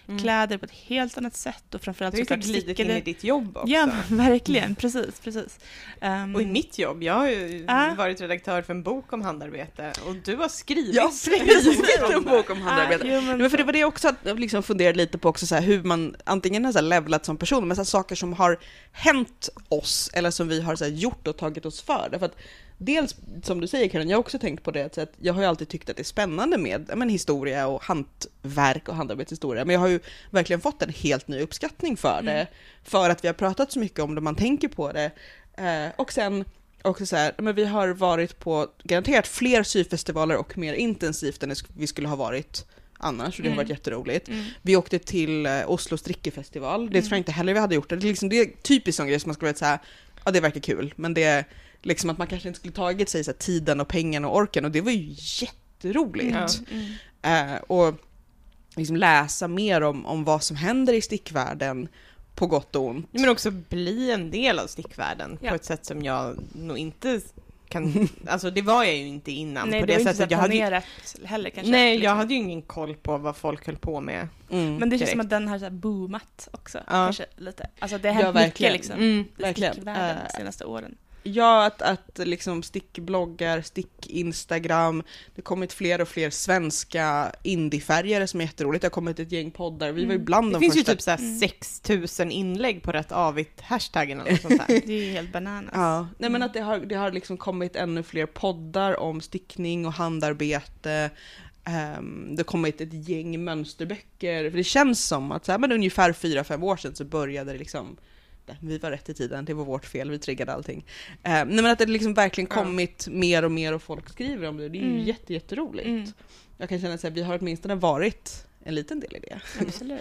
kläder på ett helt annat sätt och framförallt Du har såklart glidit in i ditt jobb också. Ja, verkligen. Precis. Och i mitt jobb, jag har ju varit redaktör för en bok om handarbete och du har skrivit en bok om handarbete. Men för det var det också att liksom fundera lite på också så här, hur man antingen har så här levlat som person, men så här, saker som har hänt oss eller som vi har så här, gjort och tagit oss för. Därför att dels, som du säger Karin, jag har också tänkt på det så att jag har ju alltid tyckt att det är spännande med historia och hantverk och handarbetshistoria, men jag har ju verkligen fått en helt ny uppskattning för det, för att vi har pratat så mycket om det, man tänker på det. Och sen också så här, men vi har varit på garanterat fler syfestivaler och mer intensivt än vi skulle ha varit annars, och det har varit jätteroligt. Vi åkte till Oslo strickefestival, det tror jag inte heller vi hade gjort. Det är typiskt sån grej som man skulle vara så här, ja det verkar kul, men det är liksom att man kanske inte skulle tagit sig så här, tiden och pengarna och orken, och det var ju jätteroligt. Och liksom läsa mer om vad som händer i stickvärlden på gott och ont. Men också bli en del av stickvärlden på ett sätt som jag nog inte kan, alltså det var jag ju inte innan. Nej, på det det var sättet inte jag planerat heller kanske. Nej, liksom. jag hade ju ingen koll på vad folk höll på med. Men det känns som att den har så här boomat också, kanske lite. Alltså det har hänt mycket liksom, i stickvärlden de senaste åren. Ja, att liksom stickbloggar, stick-instagram, det har kommit fler och fler svenska indiefärgare som är jätteroligt. Det har kommit ett gäng poddar, vi var ju bland de första. Det finns första. ju typ såhär 6000 inlägg på rätt avigt hashtaggen eller sånt där. Det är ju helt bananas. Ja, nej men att det har liksom kommit ännu fler poddar om stickning och handarbete. Det har kommit ett gäng mönsterböcker, för det känns som att så här, men ungefär 4-5 år sedan så började det liksom, vi var rätt i tiden, det var vårt fel, vi triggade allting. Nej, men att det liksom verkligen kommit mer och mer och folk skriver om det, det är ju jätteroligt. Jag kan känna att vi har åtminstone varit en liten del i det. Absolut.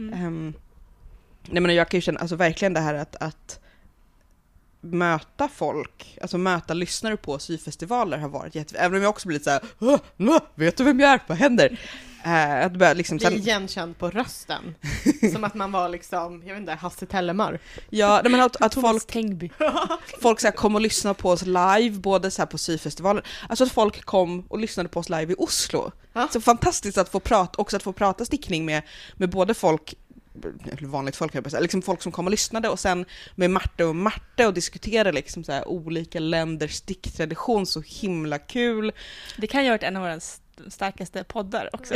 Nej, men jag kan ju känna, alltså verkligen det här att möta folk, alltså möta lyssnare på syfestivaler har varit även om jag också blivit så här, vet du vem jag är? Vad händer? Att börja liksom bli igenkänd på rösten. Som att man var liksom, jag vet inte, Hasse Tellemar. Ja, men att folk så här kom och lyssnade på oss live, både så här på syfestivalen. Alltså att folk kom och lyssnade på oss live i Oslo. Så fantastiskt att få prata stickning med både folk, vanligt folk, liksom folk som kom och lyssnade, och sen med Marte och diskuterade liksom så här olika länders sticktradition, så himla kul. Det kan ju ha varit en av våra starkaste poddar också.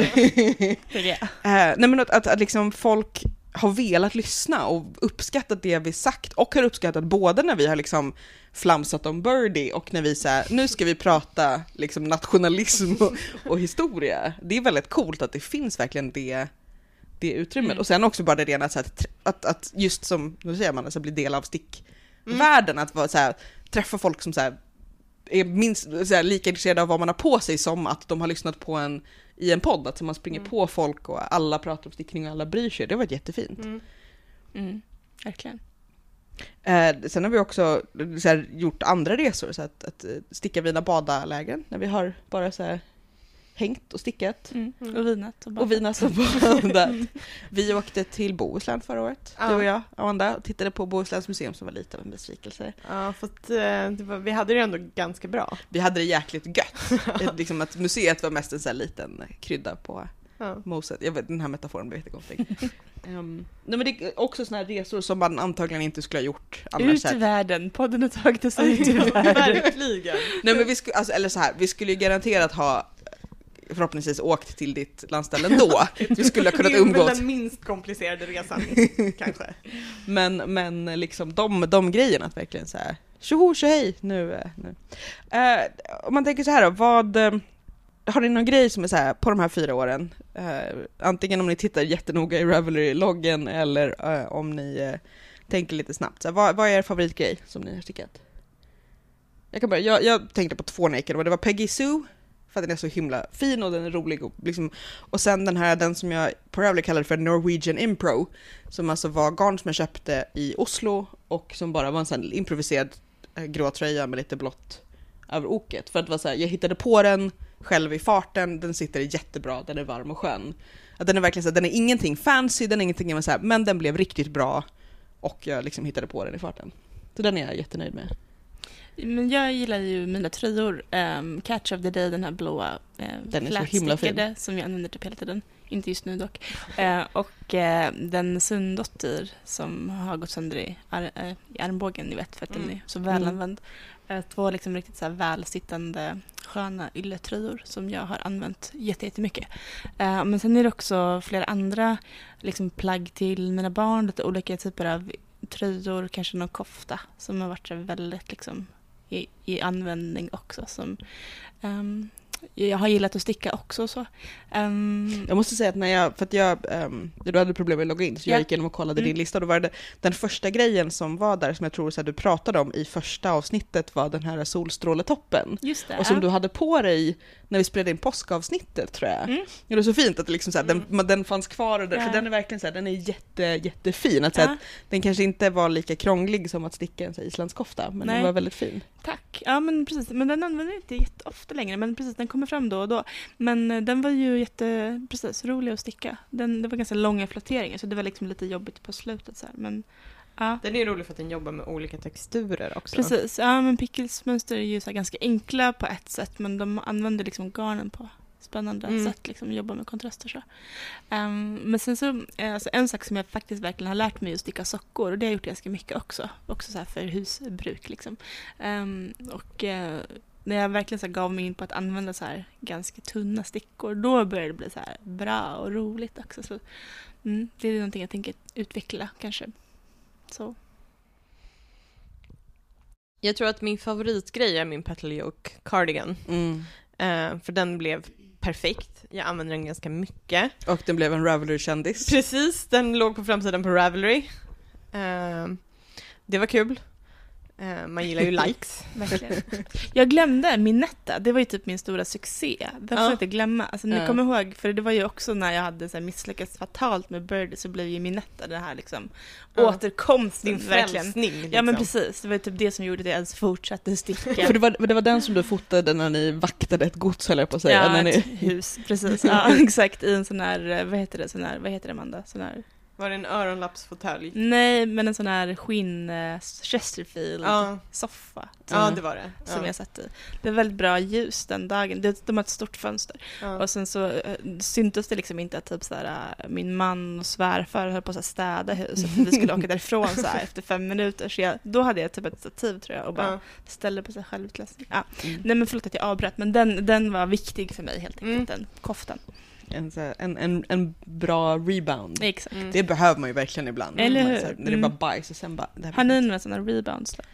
Nej, men att liksom folk har velat lyssna och uppskattat det vi sagt, och har uppskattat både när vi har liksom flamsat om Birdie och när vi säger nu ska vi prata liksom nationalism och historia. Det är väldigt coolt att det finns verkligen det utrymmet. Och sen också bara det rena att just som nu säger man, alltså bli del av stickvärlden, att vara så här, träffa folk som så här är minst så här, lika intresserade av vad man har på sig som att de har lyssnat på i en podd, att man springer på folk och alla pratar om stickning och alla bryr sig. Det har varit jättefint. Verkligen. Sen har vi också så här, gjort andra resor, så att sticka vid badalägen när vi har bara så här hängt och stickat. Och vinat och badat. Vi åkte till Bohuslän förra året, du och jag, Amanda, och tittade på Bohusläns museum som var lite av en besvikelse. Ja, för vi hade det ändå ganska bra. Vi hade det jäkligt gött. Liksom att museet var mest en så här liten krydda på moset. Jag vet, den här metaforen blev jättekonstig. Nej, men det är också såna här resor som man antagligen inte skulle ha gjort annars. Ut i världen, podden har tagit oss ut i världen. Verkligen. Nej, men vi skulle ju garanterat ha förhoppningsvis åkt till ditt landställe ändå. Vi skulle ha kunnat umgås. Det är den minst komplicerade resan, kanske. Men liksom de grejerna, att verkligen så här, tjoho, tjohej, nu. Om man tänker så här då, har ni någon grej som är så här på de här 4 åren? Antingen om ni tittar jättenoga i Ravelry-loggen eller om ni tänker lite snabbt. Så här, vad är er favoritgrej som ni har stickat? Jag kan börja. Jag tänkte på 2 naked, och det var Peggy Sue, för att den är så himla fin och den är rolig och liksom, och sen den som jag på Ravelry kallade för Norwegian Impro, som alltså var garn som jag köpte i Oslo och som bara var en sån improviserad grå tröja med lite blått över oket, för att det var så här, jag hittade på den själv i farten, den sitter jättebra, den är varm och skön. Att den är verkligen så här, den är ingenting fancy, den är ingenting så här, men den blev riktigt bra och jag liksom hittade på den i farten. Så den är jag jättenöjd med. Men jag gillar ju mina tröjor. Catch of the Day, den här blåa Den är så himla fin. som jag använder typ hela tiden. Inte just nu dock. Och den Sundotter som har gått sönder i armbågen, ni vet, för att den är så välanvänd. 2 liksom riktigt så här välsittande sköna ylletröjor som jag har använt jättemycket. Men sen är det också flera andra liksom plagg till mina barn, lite olika typer av tröjor, kanske någon kofta som har varit väldigt liksom i användning också, som jag har gillat att sticka också. Så. Jag måste säga att du hade problem med att logga in, så jag gick igenom och kollade din lista, och då var det den första grejen som var där, som jag tror så här, du pratade om i första avsnittet, var den här solstråletoppen. Just det. Och som du hade på dig när vi spelade in påskavsnittet, tror jag. Det var så fint att det liksom, så här, den fanns kvar, och för den är verkligen så här, den är jättefin. Att, så att den kanske inte var lika krånglig som att sticka en så här, islandskofta, men den var väldigt fin. Tack. Ja, men precis. Men den använder jag inte jätteofta längre, men precis, den kommer fram då och då. Men den var ju precis rolig att sticka. Det var ganska långa flatteringar, så det var liksom lite jobbigt på slutet så här. Men ja. Den är ju rolig för att den jobbar med olika texturer också. Precis. Ja, men Pickles mönster är ju så här ganska enkla på ett sätt, men de använder liksom garnen på spännande sätt, liksom jobba med kontraster så. Men sen så alltså en sak som jag faktiskt verkligen har lärt mig är att sticka sockor, och det har jag gjort ganska mycket också så här för husbruk liksom. När jag verkligen så här gav mig in på att använda så här ganska tunna stickor, då började det bli så här bra och roligt också. Så, det är någonting jag tänker utveckla kanske. Så. Jag tror att min favoritgrej är min Petal Yoke cardigan. För den blev perfekt. Jag använder den ganska mycket. Och den blev en Ravelry-kändis. Precis, den låg på framsidan på Ravelry. Det var kul. Man gillar ju likes. Verkligen. Jag glömde Minetta. Det var ju typ min stora succé. Den får jag inte glömma. Alltså, ni kommer ihåg, för det var ju också när jag hade så här misslyckats fatalt med Birdie, så blev ju Minetta det här liksom återkomsten. Din frälsning. Liksom. Ja, men precis. Det var typ det som gjorde att jag ens fortsatte sticka. För det var den som du fotade när ni vaktade ett gods, eller på att säga. Ja, när ett hus. Precis. Ja, exakt. I en sån här, vad heter det, Amanda? Sån här... Var det en öronlappsfåtölj? Nej, men en sån här skinn Chesterfield soffa. Ja, det var det. Som jag satt i. Det är väldigt bra ljus den dagen. De har ett stort fönster. Och sen så syntes det liksom inte att typ så här, min man och svärfar höll på att städa huset. Vi skulle åka därifrån så här, efter 5 minuter. Så då hade jag typ ett stativ, tror jag, och bara ställde på sig självklassning. Nej, men förlåt att jag avbröt, men den var viktig för mig helt enkelt, den koftan. En bra rebound. Exakt. Det behöver man ju verkligen ibland. Eller hur? Här, när det är bara bajs och sen bara... Har ni några sådana rebounds då?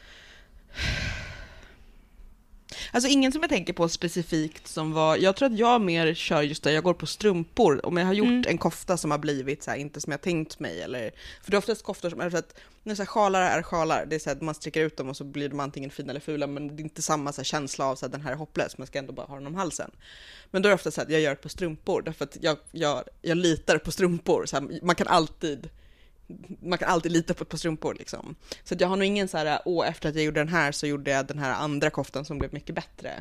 Alltså ingen som jag tänker på specifikt som var... Jag tror att jag mer kör just det, jag går på strumpor. Om jag har gjort en kofta som har blivit så här, inte som jag tänkt mig. Eller, för det är oftast koftor som är så att när så här, sjalar är sjalar. Det är så att man sträcker ut dem och så blir de antingen fina eller fula. Men det är inte samma så här, känsla av så att den här är hopplös. Man ska ändå bara ha den om halsen. Men då är det ofta så att jag gör det på strumpor. Därför att jag litar på strumpor. Så här, man kan alltid lita på ett par strumpor liksom. Så att jag har nog ingen så här, efter att jag gjorde den här så gjorde jag den här andra koftan som blev mycket bättre.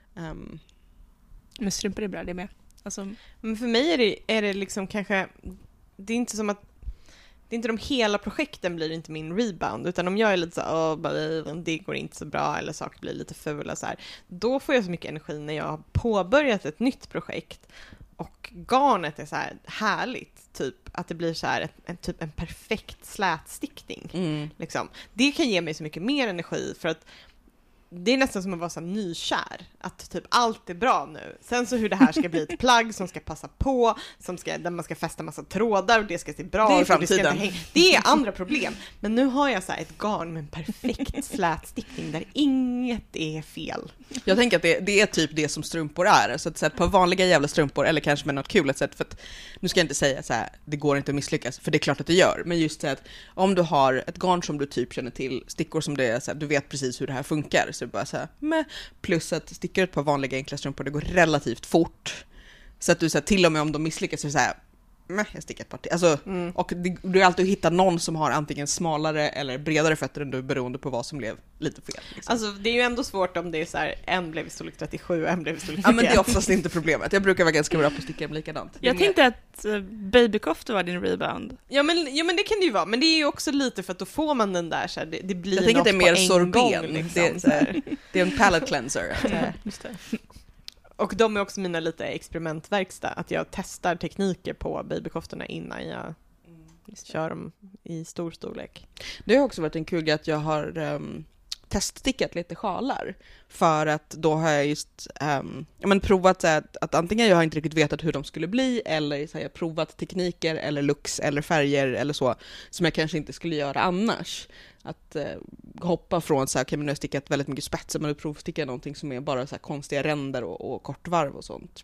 Men strumpor är bra, det med. Alltså... Men för mig är det liksom kanske, det är inte som att det är inte de hela projekten blir inte min rebound, utan om jag är lite så det går inte så bra eller saker blir lite fula så här, då får jag så mycket energi när jag har påbörjat ett nytt projekt och garnet är så här härligt, typ att det blir så här en perfekt slätstickning liksom. Det kan ge mig så mycket mer energi, för att det är nästan som att vara så nykär, att typ allt är bra nu. Sen så hur det här ska bli ett plagg som ska passa på, där man ska fästa massa trådar och det ska se bra ut. Det är andra problem. Men nu har jag så här ett garn med en perfekt slätstickning där inget är fel. Jag tänker att det är typ det som strumpor är. Så att på vanliga jävla strumpor, eller kanske med något kul sätt, för att nu ska jag inte säga så här, det går inte att misslyckas, för det är klart att det gör. Men just så att om du har ett garn som du typ känner till, stickor som det är så här, du vet precis hur det här funkar. Så det bara så här, plus att stickar ut på vanliga enkla strumpor, det går relativt fort. Så att du så här, till och med om de misslyckas så här, jag stickar ett par till. Alltså, och det är alltid att hitta någon som har antingen smalare eller bredare fötter än du, beroende på vad som blev lite fel. Liksom. Alltså det är ju ändå svårt om det är så här, en blev i storlek 37 och en blev i storlek 41. Ja, men det är oftast inte problemet. Jag brukar vara ganska bra på att sticka likadant. Jag tänkte att babykofta var din rebound. Ja men det kan det ju vara, men det är ju också lite för att då får man den där så här, det blir jag tänker något att det är mer på en sorben. gång, liksom, det, är, så här, det är en palette cleanser. Just det. Och de är också mina lite experimentverkstad, att jag testar tekniker på babykoftorna innan jag kör dem i stor storlek. Det har också varit en kul grej att jag har teststickat lite sjalar, för att då har jag just provat att antingen jag har inte riktigt vetat hur de skulle bli, eller så har jag provat tekniker eller looks eller färger eller så som jag kanske inte skulle göra annars. Att hoppa från så här, okay, men nu har jag stickat väldigt mycket spetsar, men nu provsticka någonting som är bara så här konstiga ränder och kortvarv och sånt.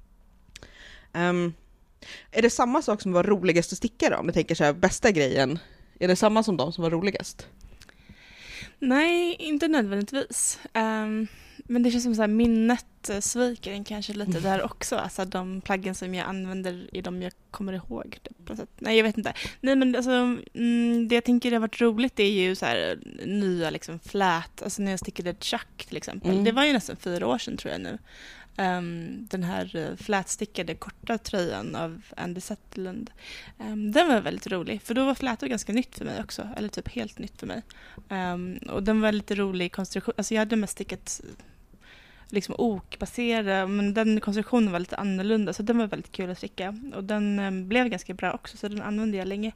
Är det samma sak som var roligast att sticka då? Om du tänker så här, bästa grejen, är det samma som de som var roligast? Nej, inte nödvändigtvis. Men det känns som så här, minnet sviker en kanske lite där också. Alltså de plaggen som jag använder är de jag kommer ihåg. Nej, jag vet inte. Nej, men alltså, det jag tänker det har varit roligt är ju så här nya liksom flät. Alltså när jag stickade Chuck till exempel. Det var ju nästan 4 år sedan tror jag nu. Den här flätstickade korta tröjan av Andy Zetterlund. Den var väldigt rolig, för då var flätor ganska nytt för mig också, eller typ helt nytt för mig. Och den var lite rolig konstruktion. Alltså jag hade mest stickat liksom okbaserad, men den konstruktionen var lite annorlunda, så den var väldigt kul att sticka. Och den blev ganska bra också, så den använde jag länge.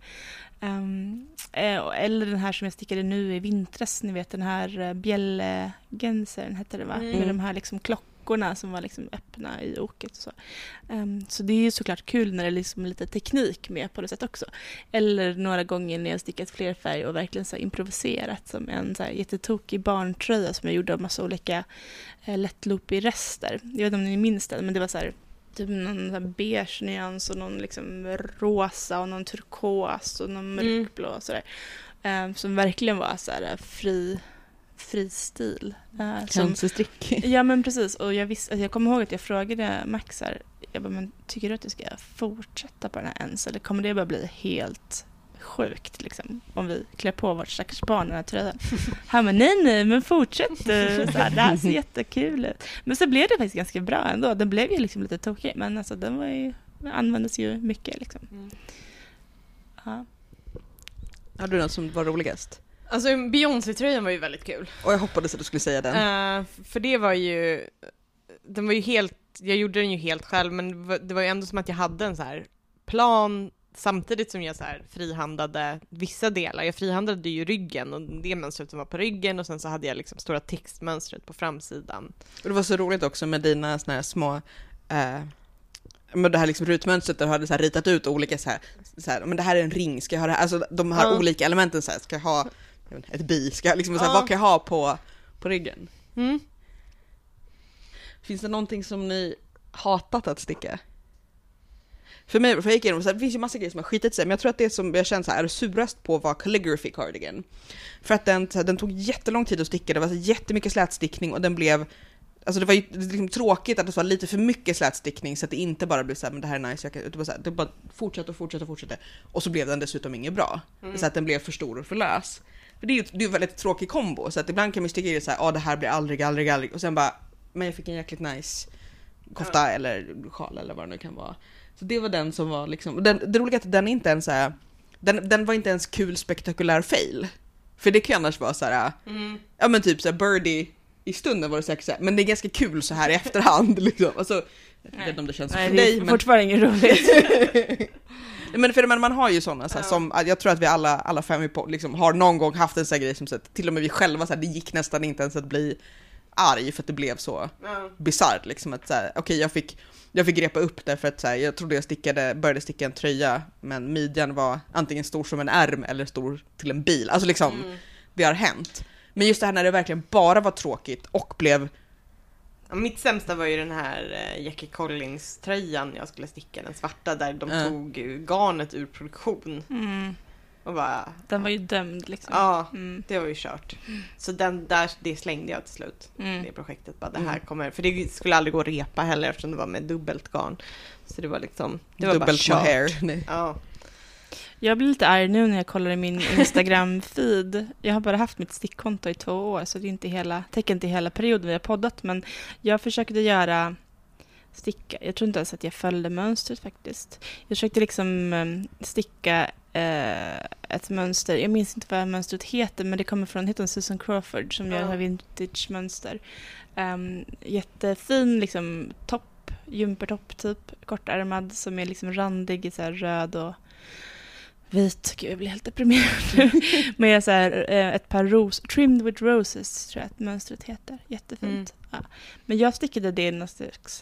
Eller den här som jag stickade nu i vintras, ni vet den här bjällegensern hette det va? Med de här liksom klockorna som var liksom öppna i oket och så. Så det är ju såklart kul när det är liksom lite teknik med på det sätt också. Eller några gånger när jag stickat fler färger och verkligen så här improviserat, som en så här jättetokig barntröja som jag gjorde av massa olika lättloopig rester. Jag vet inte om ni minns den, men det var så här typ någon så här beige nyans och någon liksom rosa och någon turkos och någon mörkblå och sådär. Som verkligen var så här fri stil. Cancerstrick. Ja, men precis. Och jag kommer ihåg att jag frågade Max här, jag bara, men tycker du att jag ska fortsätta på den här ens, eller kommer det bara bli helt sjukt liksom, om vi klär på vårt stackars barn den här tröjan? Han bara, nej, men fortsätt. Så här, det här ser jättekul ut. Men så blev det faktiskt ganska bra ändå. Den blev ju liksom lite tokig, men alltså den användes ju mycket liksom. Ja. Har du något som var roligast? Alltså Beyoncé-tröjan var ju väldigt kul. Och jag hoppades att du skulle säga den. För det var ju, den var ju helt, jag gjorde den ju helt själv, men det var ju ändå som att jag hade en så här plan samtidigt som jag så här frihandlade vissa delar. Jag frihandlade ju ryggen och det mönstret som var på ryggen, och sen så hade jag liksom stora textmönstret på framsidan. Och det var så roligt också med dina såna här små men det här liksom rutmönstret där du hade så här ritat ut olika så här, men det här är en ring, ska jag ha det här? Alltså de här olika elementen så här, ska jag ha ett bi, ska jag liksom så här, vad kan jag ha på ryggen? Finns det någonting som ni hatat att sticka? För mig, för jag gick igenom, så här, det finns ju massa grejer som har skitit sig, men jag tror att det som jag känner så här, är surast på var calligraphy cardigan. För att den tog jättelång tid att sticka, det var så jättemycket slätstickning och den blev, alltså det var ju liksom tråkigt att det var lite för mycket slätstickning så att det inte bara blev så här, men det här är nice, det bara fortsatte och så blev den dessutom inget bra. Så att den blev för stor och för lös. För det är ju en väldigt tråkig kombo, så att ibland kan man sticka i det så här, det här blir aldrig, och sen bara, men jag fick en jäkligt nice kofta eller sjal eller vad det nu kan vara. Så det var den som var liksom, det roliga är att den inte ens så här, den var inte ens kul spektakulär fail. För det kan annars vara så här, ja men typ så här birdie i stunden var det säkert så här, men det är ganska kul så här i efterhand liksom. Alltså, jag vet inte om det känns för dig, men fortfarande inget roligt. men för man har ju såna så här, som jag tror att vi alla fem liksom har någon gång haft en sån här grej som så att till och med vi själva så här, det gick nästan inte ens att bli arg för att det blev så bizarrt liksom, att så här, okej, jag fick repa upp det för att så här, jag trodde jag började sticka en tröja, men midjan var antingen stor som en ärm eller stor till en bil. Alltså liksom, det har hänt. Men just det här när det verkligen bara var tråkigt och blev... Ja, mitt sämsta var ju den här Jackie Collins-tröjan jag skulle sticka, den svarta, där de tog garnet ur produktion. Och bara, Den var ju dömd liksom. ja, det var ju kört. Så det slängde jag till slut. Mm. Det projektet bara, det här kommer, för det skulle aldrig gå att repa heller eftersom det var med dubbelt garn. Så det var liksom, det var bara Dubbelt kört. mohair. Nej. Ja. Jag blir lite arg nu när jag kollar i min Instagram-feed. Jag har bara haft mitt stickkonto i 2 år, så det är inte täcker inte hela perioden vi har poddat. Men jag försökte göra sticka. Jag tror inte ens att jag följde mönstret faktiskt. Jag försökte liksom sticka ett mönster. Jag minns inte vad mönstret heter, men det kommer från heter Susan Crawford som gör det här vintage-mönster. Jättefin liksom topp, jumpertopp typ, kortärmad som är liksom randig i så här röd och vit. Gud, jag blir helt deprimerad. Med så här, ett par trimmed with roses tror jag att mönstret heter. Jättefint. Ja. Men jag stickade det i någon slags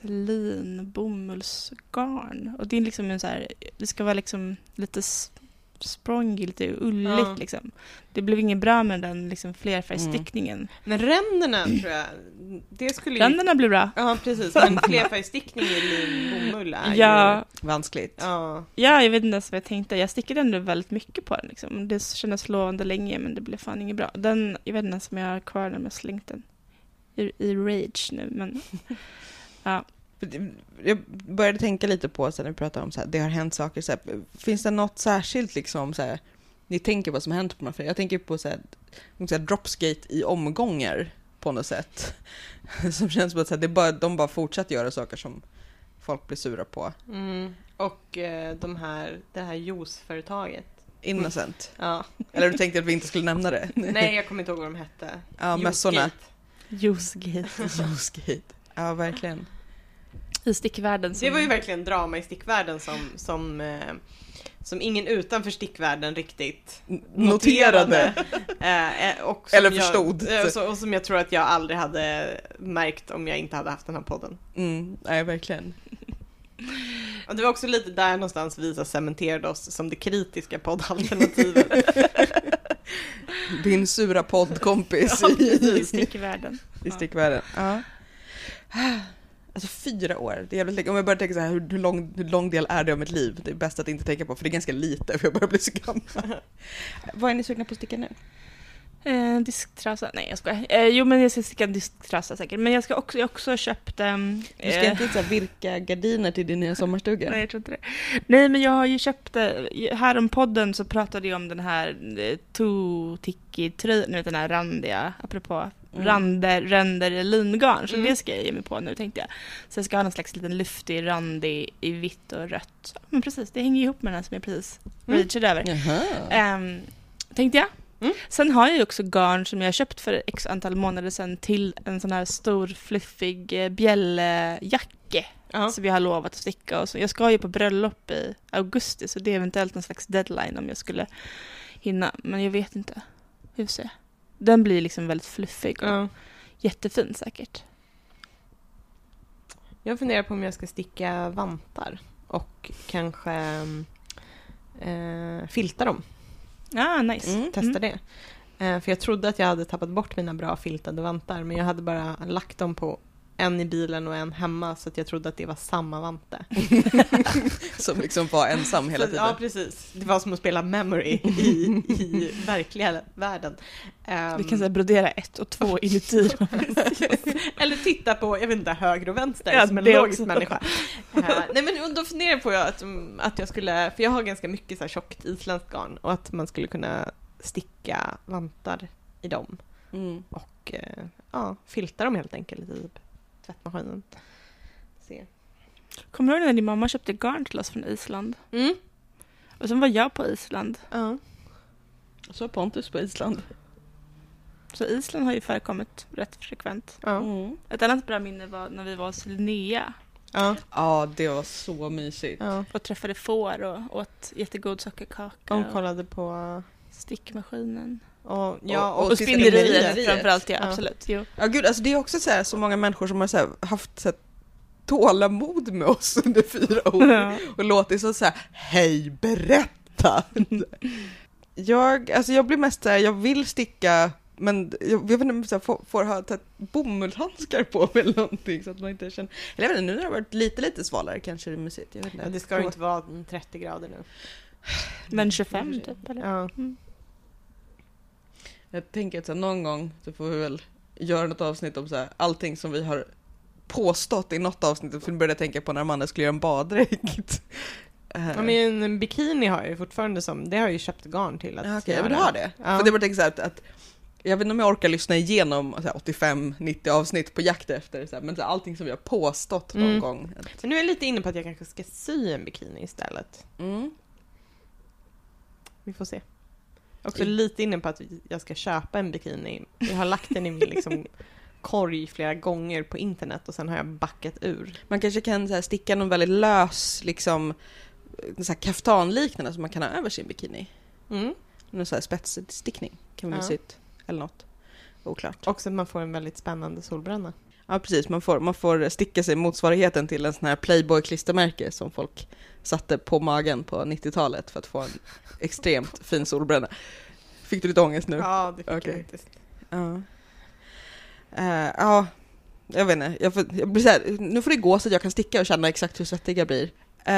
bomullsgarn. Och det är liksom en så här, det ska vara liksom lite språngigt, lite ulligt liksom. Det blev inget bra med den liksom flerfärgstickningen. Men ränderna tror jag, det skulle ju... Ränderna blev bra. Ja, precis. Men flerfärgstickning i bomull är Ja. ju... Vanskligt. Ja. Ja, jag vet inte ens vad jag tänkte. Jag stickade ändå väldigt mycket på den liksom. Det kändes lovande länge, men det blev fan inget bra. Den, jag vet inte ens om jag har kvar den med slängt den i rage nu, men ja. Jag började tänka lite på så när vi pratade om så här, det har hänt saker så här, finns det något särskilt liksom så här, ni tänker vad som har hänt på något? För jag tänker på så här dropskate i omgångar på något sätt som känns som att så här, de bara fortsätter göra saker som folk blir sura på. Och det här juiceföretaget. Innocent. Ja. Eller du tänkte att vi inte skulle nämna det? Nej, jag kommer inte ihåg vad de hette. Ja, mössorna. Juicegate. Ja, verkligen. I stickvärlden. Det var ju verkligen drama i stickvärlden som ingen utanför stickvärlden riktigt Noterade. Och eller förstod. Och som jag tror att jag aldrig hade märkt om jag inte hade haft den här podden. Nej, verkligen. Och det var också lite där någonstans vi cementerade oss som det kritiska poddalternativet. Din sura poddkompis i stickvärlden. I stickvärlden, ja. Alltså 4 år, det är jävligt länge. Om jag börjar tänka så här, hur lång del är det av mitt liv? Det är bäst att inte tänka på, för det är ganska lite, för jag börjar bli så gammal. Vad är ni sugna på att sticka nu? Disktrasa. Nej, jag skojar. Jo, men jag ska sticka en disktrasa säkert. Men jag har också köpt... Du ska inte så här, virka gardiner till din nya sommarstuga? Nej, jag tror inte det. Nej, men jag har ju köpt... Här om podden så pratade jag om den här Tiki-tröjan, den här randiga, apropå ränder lingarn. Så det ska jag ge mig på nu, tänkte jag. Så jag ska ha någon slags liten luftig randig i vitt och rött. Men precis, det hänger ihop med den som jag precis reached över. Tänkte jag. Sen har jag ju också garn som jag köpt för x antal månader sedan till en sån här stor fluffig bjälljacke som jag har lovat att sticka. Och så. Jag ska ju på bröllop i augusti, så det är eventuellt någon slags deadline om jag skulle hinna. Men jag vet inte. Hur ser jag? Den blir liksom väldigt fluffig och jättefin säkert. Jag funderar på om jag ska sticka vantar och kanske filta dem. Nice. Testa det. För jag trodde att jag hade tappat bort mina bra filtade vantar, men jag hade bara lagt dem på en i bilen och en hemma, så att jag trodde att det var samma vante. Som liksom var ensam hela tiden. Ja, precis. Det var som att spela memory i verkliga världen. Vi kan säga brodera 1 och 2 inuti. Eller titta på, jag vet inte, höger och vänster som en logisk människa. Nej, men då funderar jag på att jag skulle, för jag har ganska mycket så här tjockt isländskt garn, och att man skulle kunna sticka vantar i dem. Och filta dem helt enkelt i tvättmaskinen. Se. Kommer du ihåg när din mamma köpte garn till oss från Island? Och sen var jag på Island. Och så Pontus på Island. Så Island har ju förekommit rätt frekvent. Ett annat bra minne var när vi var hos Linnea. Ja, det var så mysigt. Och träffade får och åt jättegod sockerkaka. Och kollade på stickmaskinen. Och spinneriet framförallt, absolut. Jo. Ja, gud, alltså det är också så många människor som har så här, haft så här, tålamod med oss under 4 år och låtit så här, hej, berätta! Jag blir mest så här, jag vill sticka, men jag vet inte, så här, får ha bomullshandskar på mig eller någonting, så att man inte känner, eller jag vet inte, nu när det har varit lite svalare kanske det är mysigt. Jag vet inte, det ska ju inte vara 30 grader nu. Men 25 typ, eller? Ja. Jag tänker att så här, någon gång så får vi väl göra något avsnitt om så här, allting som vi har påstått i något avsnitt. För vi började tänka på när Amanda skulle göra en baddräkt. Ja, men en bikini har jag ju fortfarande det har jag ju köpt garn till att Okej, men du har det? Ja. För det var tänkt så här att jag vet inte om jag orkar lyssna igenom 85-90 avsnitt på jakt efter så här, men så här, allting som vi har påstått någon gång. Men nu är jag lite inne på att jag kanske ska sy en bikini istället. Vi får se. Också lite inne på att jag ska köpa en bikini. Jag har lagt den i min liksom korg flera gånger på internet och sen har jag backat ur. Man kanske kan så här, sticka någon väldigt lös liksom så här kaftanliknande som man kan ha över sin bikini. Någon så här spetsstickning kan man sytt eller något. Oklart. Också att man får en väldigt spännande solbränna. Ja, precis. Man får sticka sig motsvarigheten till en sån här Playboy-klistermärke som folk satte på magen på 90-talet för att få en extremt fin solbränna. Fick du lite ångest nu? Ja, det fick Okej. jag faktiskt. Ja. Ja, jag vet inte. Jag blir så här, nu får det gå så att jag kan sticka och känna exakt hur svettig jag blir.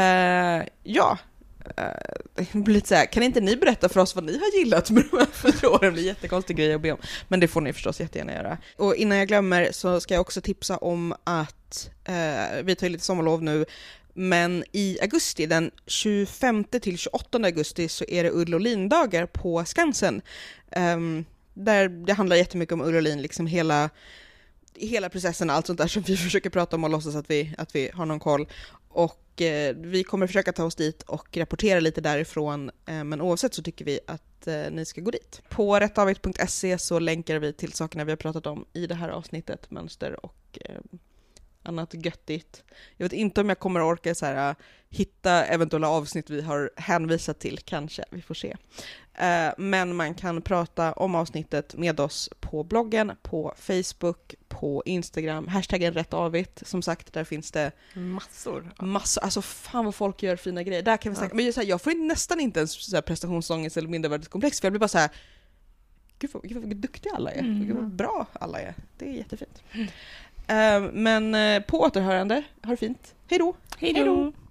Det blir lite så här, kan inte ni berätta för oss vad ni har gillat med de här 4 åren? Det blir jättekonstig grej att be om. Men det får ni förstås jättegärna göra. Och innan jag glömmer så ska jag också tipsa om att vi tar lite sommarlov nu. Men i augusti, den 25 till 28 augusti, så är det ull- och lindagar på Skansen. Där det handlar jättemycket om ull och lin, liksom hela processen, allt sånt där som vi försöker prata om och låtsas att vi har någon koll. Och vi kommer försöka ta oss dit och rapportera lite därifrån, men oavsett så tycker vi att ni ska gå dit. På rättavigt.se så länkar vi till sakerna vi har pratat om i det här avsnittet, mönster och annat göttigt. Jag vet inte om jag kommer orka så här, hitta eventuella avsnitt vi har hänvisat till, kanske, vi får se. Men man kan prata om avsnittet med oss på bloggen, på Facebook, på Instagram, hashtaggen rättavigt, som sagt, där finns det massor, alltså fan vad folk gör fina grejer, där kan vi snacka. Men jag får nästan inte ens så här prestationsångest eller mindervärdeskomplex, för jag blir bara så här, gud vad duktiga alla är, gud vad bra alla är, det är jättefint. Men på återhörande, ha det fint, hej då! Hej då!